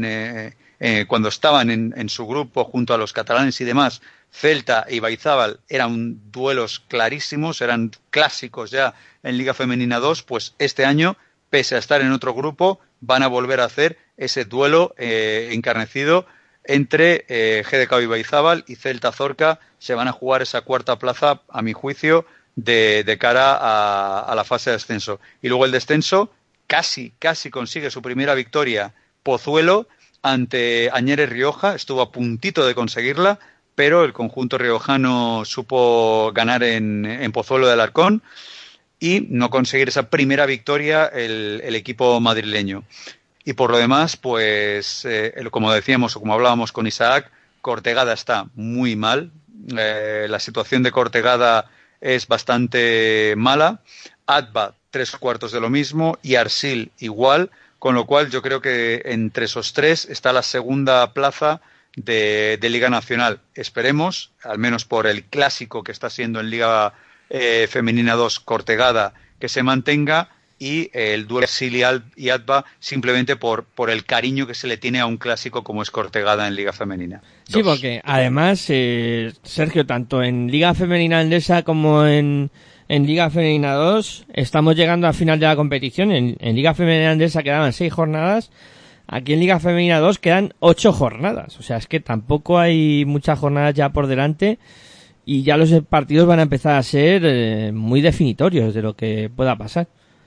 cuando estaban en su grupo junto a los catalanes y demás. Celta y Baizábal eran duelos clarísimos, eran clásicos ya en Liga Femenina 2, pues este año, pese a estar en otro grupo, van a volver a hacer ese duelo encarnecido entre GDK Ibaizábal y Celta Zorca. Se van a jugar esa 4ª plaza, a mi juicio, de cara a la fase de ascenso. Y luego el descenso, casi consigue su primera victoria Pozuelo ante Añeres Rioja, estuvo a puntito de conseguirla, pero el conjunto riojano supo ganar en Pozuelo de Alarcón y no conseguir esa primera victoria el equipo madrileño. Y por lo demás, pues, como decíamos o como hablábamos con Isaac, Cortegada está muy mal. La situación de Cortegada es bastante mala. Atba, 3/4 de lo mismo, y Arsil igual, con lo cual yo creo que entre esos 3 está la segunda plaza de Liga Nacional. Esperemos, al menos por el clásico que está siendo en Liga Femenina 2, Cortegada, que se mantenga, y el duelo Arsil y Atba simplemente por el cariño que se le tiene a un clásico como es Cortegada en Liga Femenina 2. Sí, porque además, Sergio, tanto en Liga Femenina Endesa como en Liga Femenina 2 estamos llegando al final de la competición. En Liga Femenina Endesa quedaban 6 jornadas, aquí en Liga Femenina 2 quedan 8 jornadas, o sea, es que tampoco hay muchas jornadas ya por delante y ya los partidos van a empezar a ser muy definitorios de lo que pueda pasar.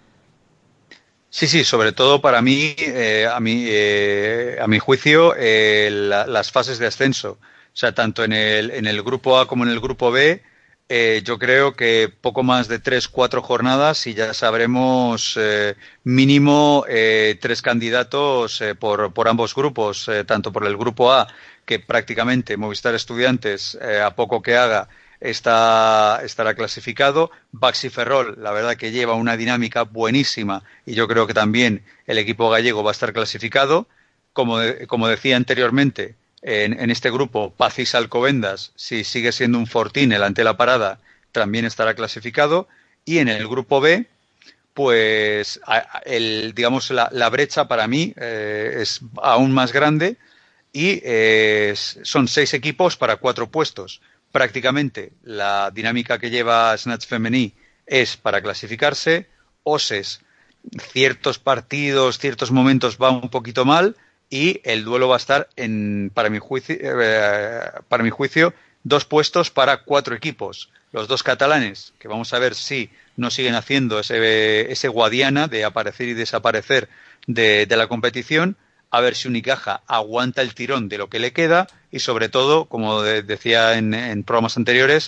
Sí, sobre todo para mí, a mi juicio, las fases de ascenso. O sea, tanto en el grupo A como en el grupo B, yo creo que poco más de 3-4 jornadas y ya sabremos mínimo 3 candidatos por ambos grupos, tanto por el grupo A, que prácticamente Movistar Estudiantes, a poco que haga, estará clasificado. Baxi Ferrol, la verdad que lleva una dinámica buenísima y yo creo que también el equipo gallego va a estar clasificado. Como decía anteriormente, en este grupo, Pazis Alcobendas, si sigue siendo un fortín el ante la parada, también estará clasificado. Y en el grupo B, pues la brecha para mí es aún más grande y son 6 equipos para 4 puestos. Prácticamente la dinámica que lleva Snatch Femení es para clasificarse. Oses, ciertos partidos, ciertos momentos va un poquito mal y el duelo va a estar para mi juicio 2 puestos para 4 equipos. Los 2 catalanes, que vamos a ver si no siguen haciendo ese Guadiana de aparecer y desaparecer de la competición. A ver si Unicaja aguanta el tirón de lo que le queda y sobre todo, como decía en programas anteriores,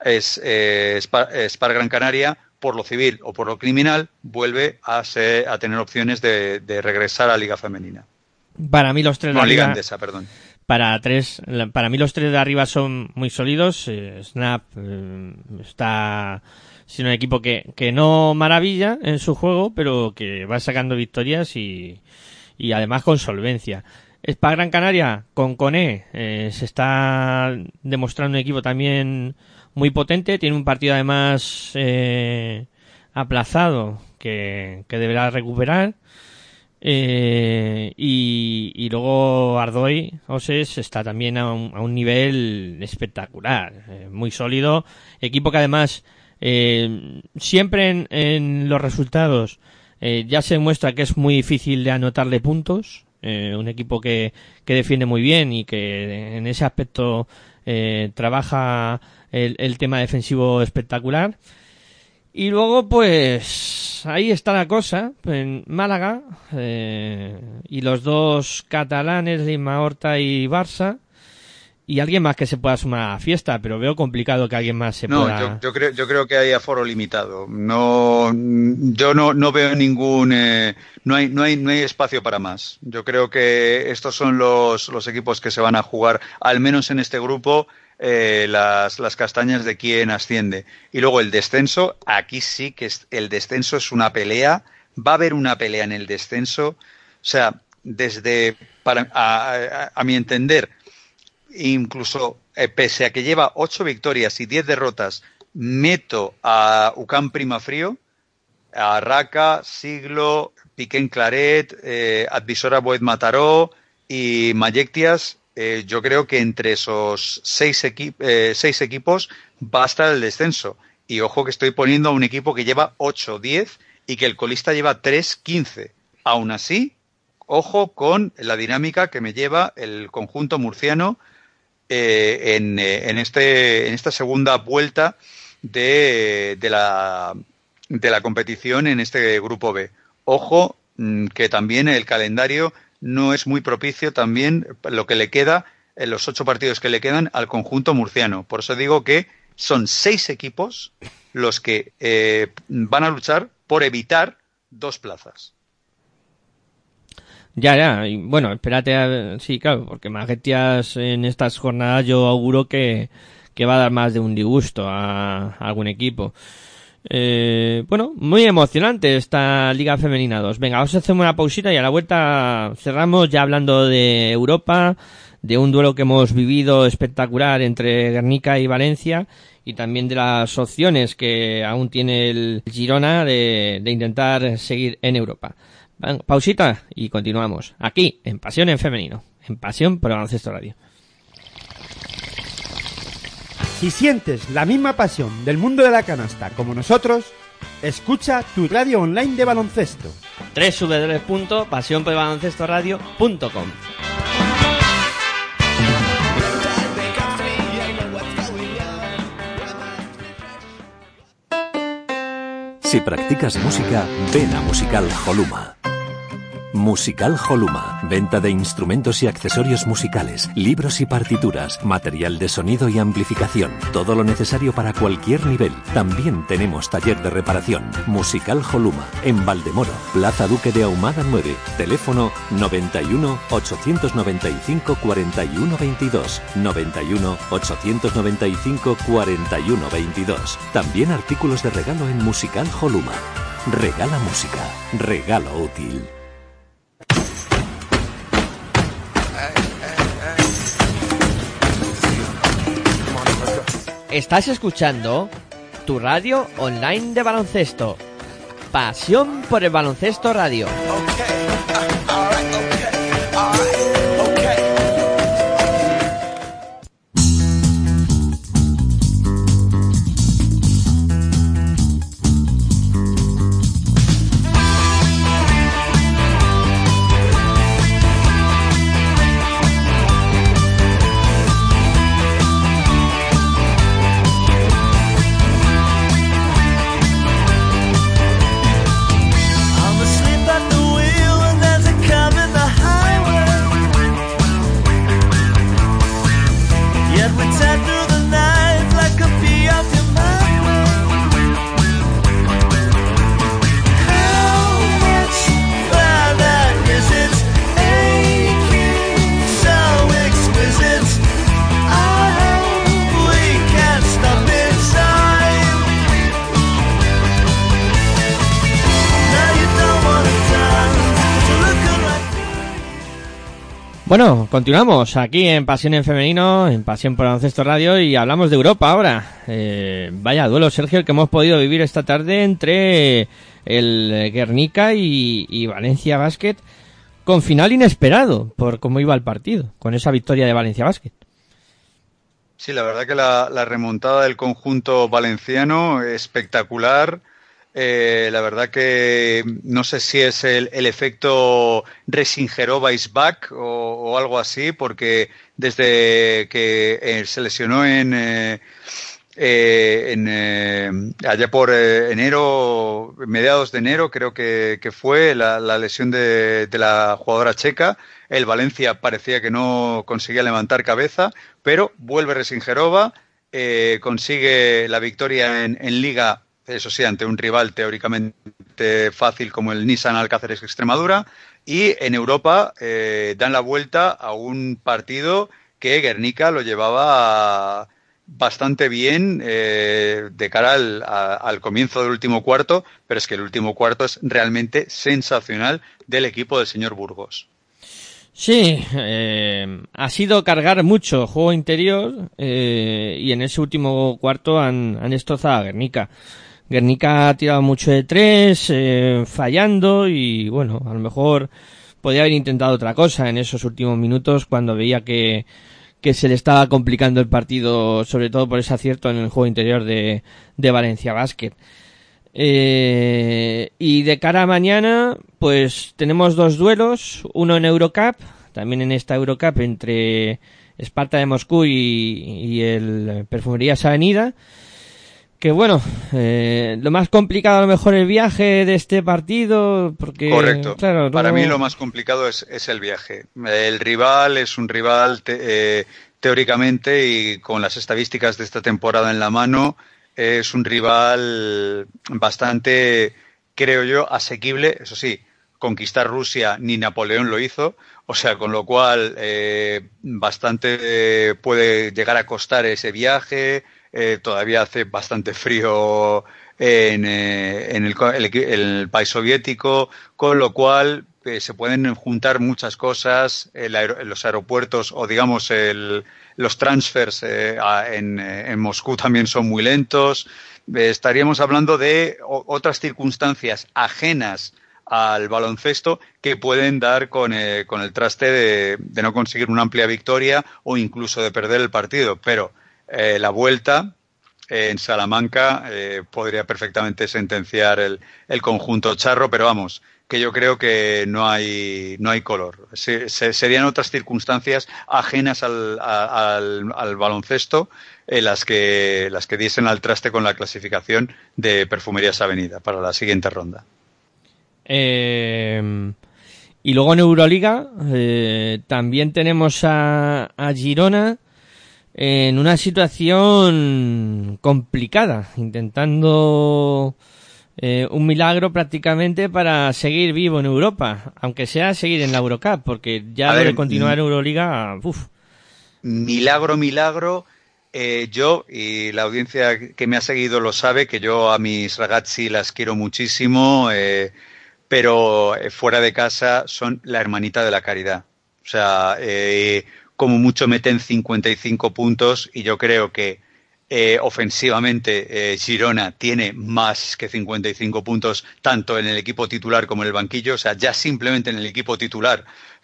Spar Gran Canaria, por lo civil o por lo criminal, vuelve a tener opciones de regresar a Liga Femenina. Para mí los 3 de Liga arriba, Endesa, perdón. Para mí los 3 de arriba son muy sólidos. Snap está siendo un equipo que no maravilla en su juego, pero que va sacando victorias y además con solvencia. Spar Gran Canaria con Cone se está demostrando un equipo también muy potente, tiene un partido además aplazado que deberá recuperar, y luego Ardoy Oses está también a un nivel espectacular, muy sólido, equipo que además siempre en los resultados ya se demuestra que es muy difícil de anotarle puntos. Un equipo que defiende muy bien y que en ese aspecto trabaja el tema defensivo espectacular. Y luego, pues, ahí está la cosa, en Málaga, y los dos catalanes, Lima Horta y Barça, y alguien más que se pueda sumar a la fiesta, pero veo complicado que alguien más se pueda... No, yo creo que hay aforo limitado. No, yo no veo ningún... no hay espacio para más. Yo creo que estos son los equipos que se van a jugar, al menos en este grupo, las castañas de quién asciende. Y luego el descenso, aquí sí que el descenso es una pelea. Va a haber una pelea en el descenso. O sea, a mi entender, incluso pese a que lleva 8 victorias y 10 derrotas, meto a UCAM Primafrío, a Raca, Siglo, Piquén Claret, Advisora Boed Mataró y Mayectias. Yo creo que entre esos 6 equipos va a estar el descenso. Y ojo que estoy poniendo a un equipo que lleva 8-10 y que el colista lleva 3-15. Aún así, ojo con la dinámica que me lleva el conjunto murciano en esta segunda vuelta de la competición en este grupo B. Ojo que también el calendario no es muy propicio también lo que le queda en los 8 partidos que le quedan al conjunto murciano. Por eso digo que son 6 equipos los que van a luchar por evitar 2 plazas. Ya, y bueno, espérate, sí, claro, porque Mayectias en estas jornadas yo auguro que va a dar más de un disgusto a algún equipo. Bueno, muy emocionante esta Liga Femenina 2. Venga, vamos a hacer una pausita y a la vuelta cerramos ya hablando de Europa, de un duelo que hemos vivido espectacular entre Guernica y Valencia y también de las opciones que aún tiene el Girona de intentar seguir en Europa. Pausita y continuamos aquí en Pasión en Femenino, en Pasión por Baloncesto Radio. Si sientes la misma pasión del mundo de la canasta como nosotros, escucha tu radio online de baloncesto. www.pasionporbaloncestoradio.com. Si practicas música, ven a Musical Holuma. Musical Holuma. Venta de instrumentos y accesorios musicales, libros y partituras, material de sonido y amplificación. Todo lo necesario para cualquier nivel. También tenemos taller de reparación. Musical Holuma. En Valdemoro, Plaza Duque de Ahumada 9. Teléfono 91 895 41 22. 91 895 41 22. También artículos de regalo en Musical Holuma. Regala música. Regalo útil. Estás escuchando tu radio online de baloncesto. Pasión por el Baloncesto Radio. Bueno, continuamos aquí en Pasión en Femenino, en Pasión por Baloncesto Radio y hablamos de Europa ahora. Vaya duelo, Sergio, el que hemos podido vivir esta tarde entre el Guernica y Valencia Basket, con final inesperado por cómo iba el partido, con esa victoria de Valencia Basket. Sí, la verdad que la remontada del conjunto valenciano espectacular. La verdad que no sé si es el efecto Resingerova is back o algo así, porque desde que se lesionó en allá por enero, mediados de enero, creo que fue la lesión de la jugadora checa. El Valencia parecía que no conseguía levantar cabeza, pero vuelve Resingerova, consigue la victoria en Liga, eso sí, ante un rival teóricamente fácil como el Nissan Alcáceres Extremadura, y en Europa dan la vuelta a un partido que Guernica lo llevaba bastante bien de cara al comienzo del último cuarto, pero es que el último cuarto es realmente sensacional del equipo del señor Burgos. Sí, ha sido cargar mucho juego interior y en ese último cuarto han destrozado a Guernica. Guernica ha tirado mucho de tres, fallando, y bueno, a lo mejor podía haber intentado otra cosa en esos últimos minutos cuando veía que se le estaba complicando el partido, sobre todo por ese acierto en el juego interior de Valencia Basket. Y de cara a mañana, pues tenemos dos duelos, uno en Eurocup, también en esta Eurocup entre Sparta de Moscú y el Perfumerías Avenida. Que bueno, lo más complicado a lo mejor el viaje de este partido, porque... Correcto. Claro, Para mí lo más complicado es el viaje. El rival es un rival teóricamente, y con las estadísticas de esta temporada en la mano, es un rival bastante, creo yo, asequible. Eso sí, conquistar Rusia ni Napoleón lo hizo, o sea, con lo cual bastante puede llegar a costar ese viaje. Todavía hace bastante frío en el país soviético, con lo cual se pueden juntar muchas cosas. Los aeropuertos, o digamos los transfers en Moscú también son muy lentos. Estaríamos hablando de otras circunstancias ajenas al baloncesto que pueden dar con el traste de no conseguir una amplia victoria o incluso de perder el partido, pero la vuelta en Salamanca podría perfectamente sentenciar el conjunto charro, pero vamos, que yo creo que no hay color. Serían otras circunstancias ajenas al baloncesto las que diesen al traste con la clasificación de Perfumerías Avenida para la siguiente ronda. Y luego en Euroliga también tenemos a Girona en una situación complicada, intentando un milagro prácticamente para seguir vivo en Europa, aunque sea seguir en la Eurocup, porque ya de continuar en Euroliga, Milagro. Yo, y la audiencia que me ha seguido lo sabe, que yo a mis ragazzi las quiero muchísimo, pero fuera de casa son la hermanita de la caridad. O sea, como mucho meten 55 puntos, y yo creo que ofensivamente Girona tiene más que 55 puntos, tanto en el equipo titular como en el banquillo. O sea, ya simplemente en el equipo titular,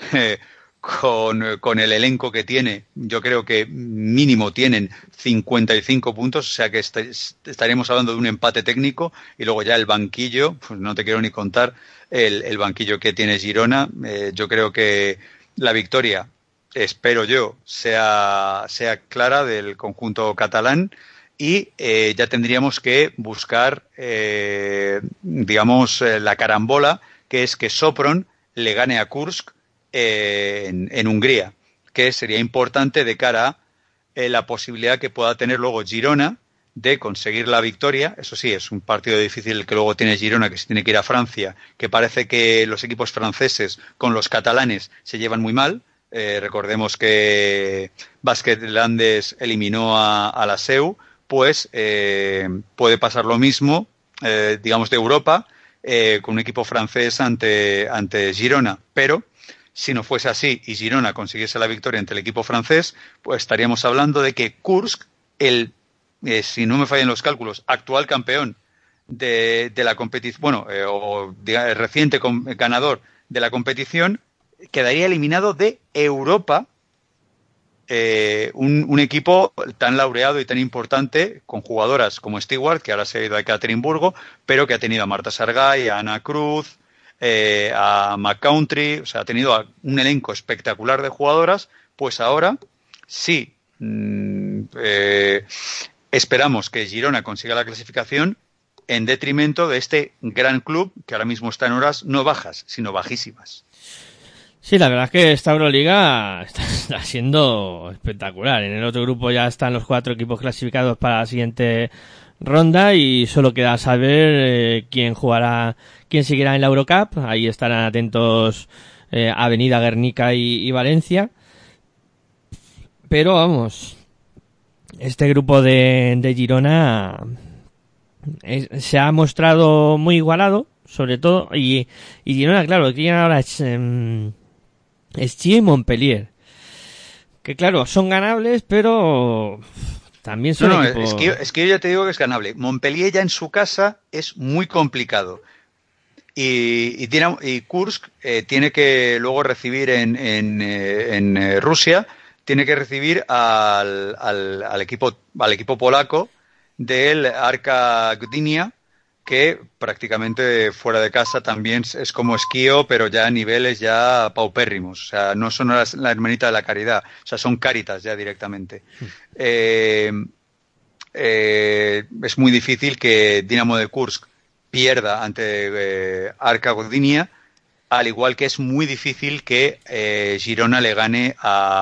con el elenco que tiene, yo creo que mínimo tienen 55 puntos, o sea que estaríamos hablando de un empate técnico. Y luego ya el banquillo, pues no te quiero ni contar el banquillo que tiene Girona. Yo creo que la victoria, espero yo, sea clara del conjunto catalán, y ya tendríamos que buscar, la carambola, que es que Sopron le gane a Kursk en Hungría, que sería importante de cara a la posibilidad que pueda tener luego Girona de conseguir la victoria. Eso sí, es un partido difícil el que luego tiene Girona, que se tiene que ir a Francia, que parece que los equipos franceses con los catalanes se llevan muy mal. Recordemos que Basket Landes eliminó a la SEU, pues puede pasar lo mismo, de Europa, con un equipo francés ante Girona. Pero si no fuese así y Girona consiguiese la victoria ante el equipo francés, pues estaríamos hablando de que Kursk, si no me fallan los cálculos, actual campeón de la competición, reciente ganador de la competición, quedaría eliminado de Europa. Un equipo tan laureado y tan importante, con jugadoras como Stewart, que ahora se ha ido a Ekaterimburgo, pero que ha tenido a Marta Sargay, a Ana Cruz, a McCountry. O sea, ha tenido un elenco espectacular de jugadoras. Pues ahora sí, esperamos que Girona consiga la clasificación en detrimento de este gran club que ahora mismo está en horas no bajas, sino bajísimas. Sí, la verdad es que esta Euroliga está siendo espectacular. En el otro grupo ya están los 4 equipos clasificados para la siguiente ronda y solo queda saber quién seguirá en la Eurocup. Ahí estarán atentos Avenida, Guernica y Valencia. Pero vamos, este grupo de Girona se ha mostrado muy igualado, sobre todo, y Girona, claro, lo que tienen ahora es Esquí y Montpellier, que claro, son ganables, pero también son equipos... Esquí ya te digo que es ganable. Montpellier ya en su casa es muy complicado. Y Kursk tiene que luego recibir en Rusia, tiene que recibir al equipo polaco del Arka Gdynia, que prácticamente fuera de casa también es como Esquío, pero ya a niveles ya paupérrimos. O sea, no son la hermanita de la caridad, o sea, son Cáritas ya directamente. Es muy difícil que Dinamo de Kursk pierda ante Arka Gdynia, al igual que es muy difícil que Girona le gane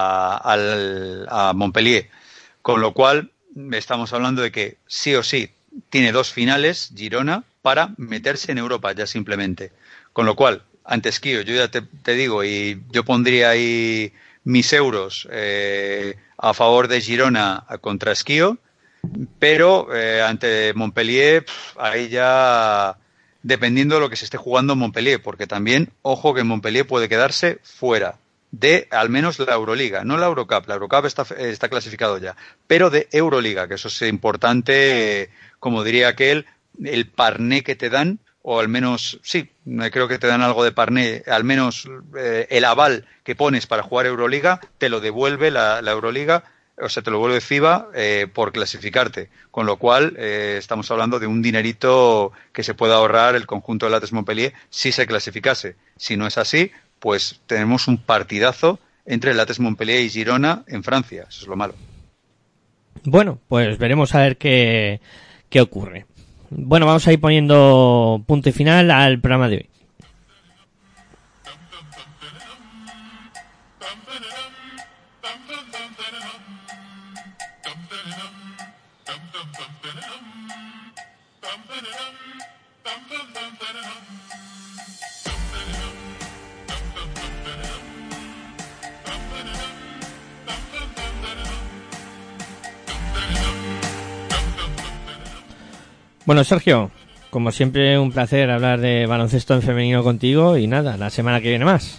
a Montpellier. Con lo cual, estamos hablando de que sí o sí tiene 2 finales Girona para meterse en Europa ya simplemente. Con lo cual, ante Esquío, yo ya te digo, y yo pondría ahí mis euros a favor de Girona contra Esquío, pero ante Montpellier, ahí ya dependiendo de lo que se esté jugando en Montpellier, porque también, ojo que Montpellier puede quedarse fuera de al menos la Euroliga, no la Eurocup. La Eurocup está clasificado ya, pero de Euroliga, que eso es importante, como diría aquel, el parné que te dan, o al menos, sí, creo que te dan algo de parné, al menos el aval que pones para jugar Euroliga, te lo devuelve la Euroliga, o sea, te lo vuelve FIBA por clasificarte, con lo cual estamos hablando de un dinerito que se puede ahorrar el conjunto de Lattes Montpellier si se clasificase. Si no es así, pues tenemos un partidazo entre Lattes Montpellier y Girona en Francia. Eso es lo malo. Bueno, pues veremos a ver qué ocurre. Bueno, vamos a ir poniendo punto y final al programa de hoy. Bueno, Sergio, como siempre un placer hablar de baloncesto en femenino contigo y nada, la semana que viene más.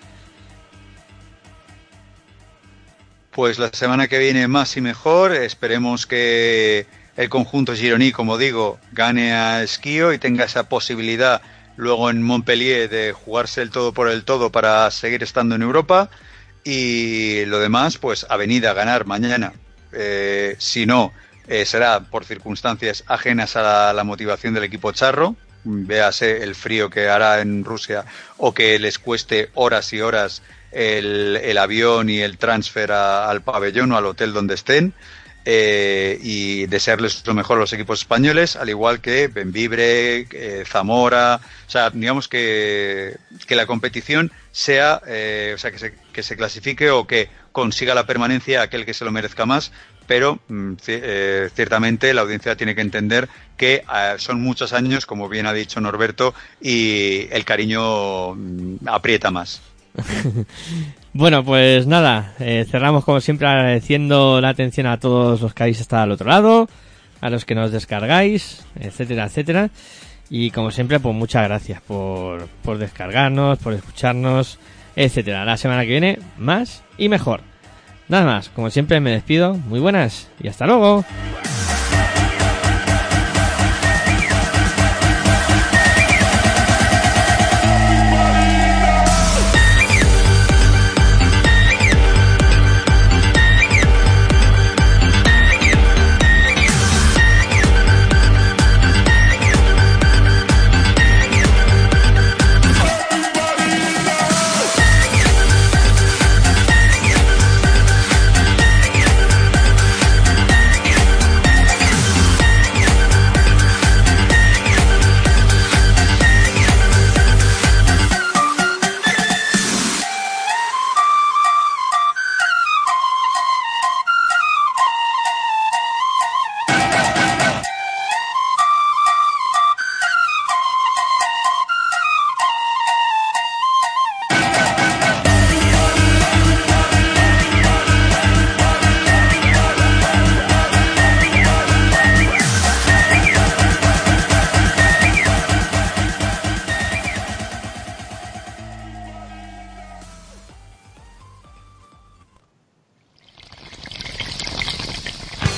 Pues la semana que viene más y mejor, esperemos que el conjunto gironí, como digo, gane a Esquío y tenga esa posibilidad luego en Montpellier de jugarse el todo por el todo para seguir estando en Europa, y lo demás, pues Avenida ganar mañana, si no, será por circunstancias ajenas a la motivación del equipo charro, véase el frío que hará en Rusia o que les cueste horas y horas el avión y el transfer al pabellón o al hotel donde estén, y desearles lo mejor a los equipos españoles, al igual que Bembibre, Zamora, o sea, digamos que la competición sea, o sea, que se clasifique o que consiga la permanencia aquel que se lo merezca más, pero ciertamente la audiencia tiene que entender que son muchos años, como bien ha dicho Norberto, y el cariño aprieta más. Bueno, pues nada, cerramos como siempre agradeciendo la atención a todos los que habéis estado al otro lado, a los que nos descargáis, etcétera, etcétera, y como siempre, pues muchas gracias por descargarnos, por escucharnos, etcétera. La semana que viene, más y mejor. Nada más, como siempre me despido, muy buenas y hasta luego.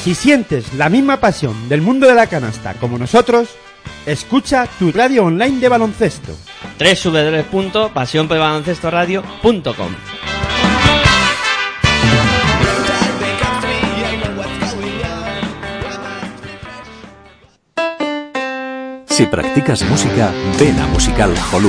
Si sientes la misma pasión del mundo de la canasta como nosotros, escucha tu radio online de baloncesto. www.pasionporbaloncestoradio.com. Si practicas música, ven a Musical Holuma.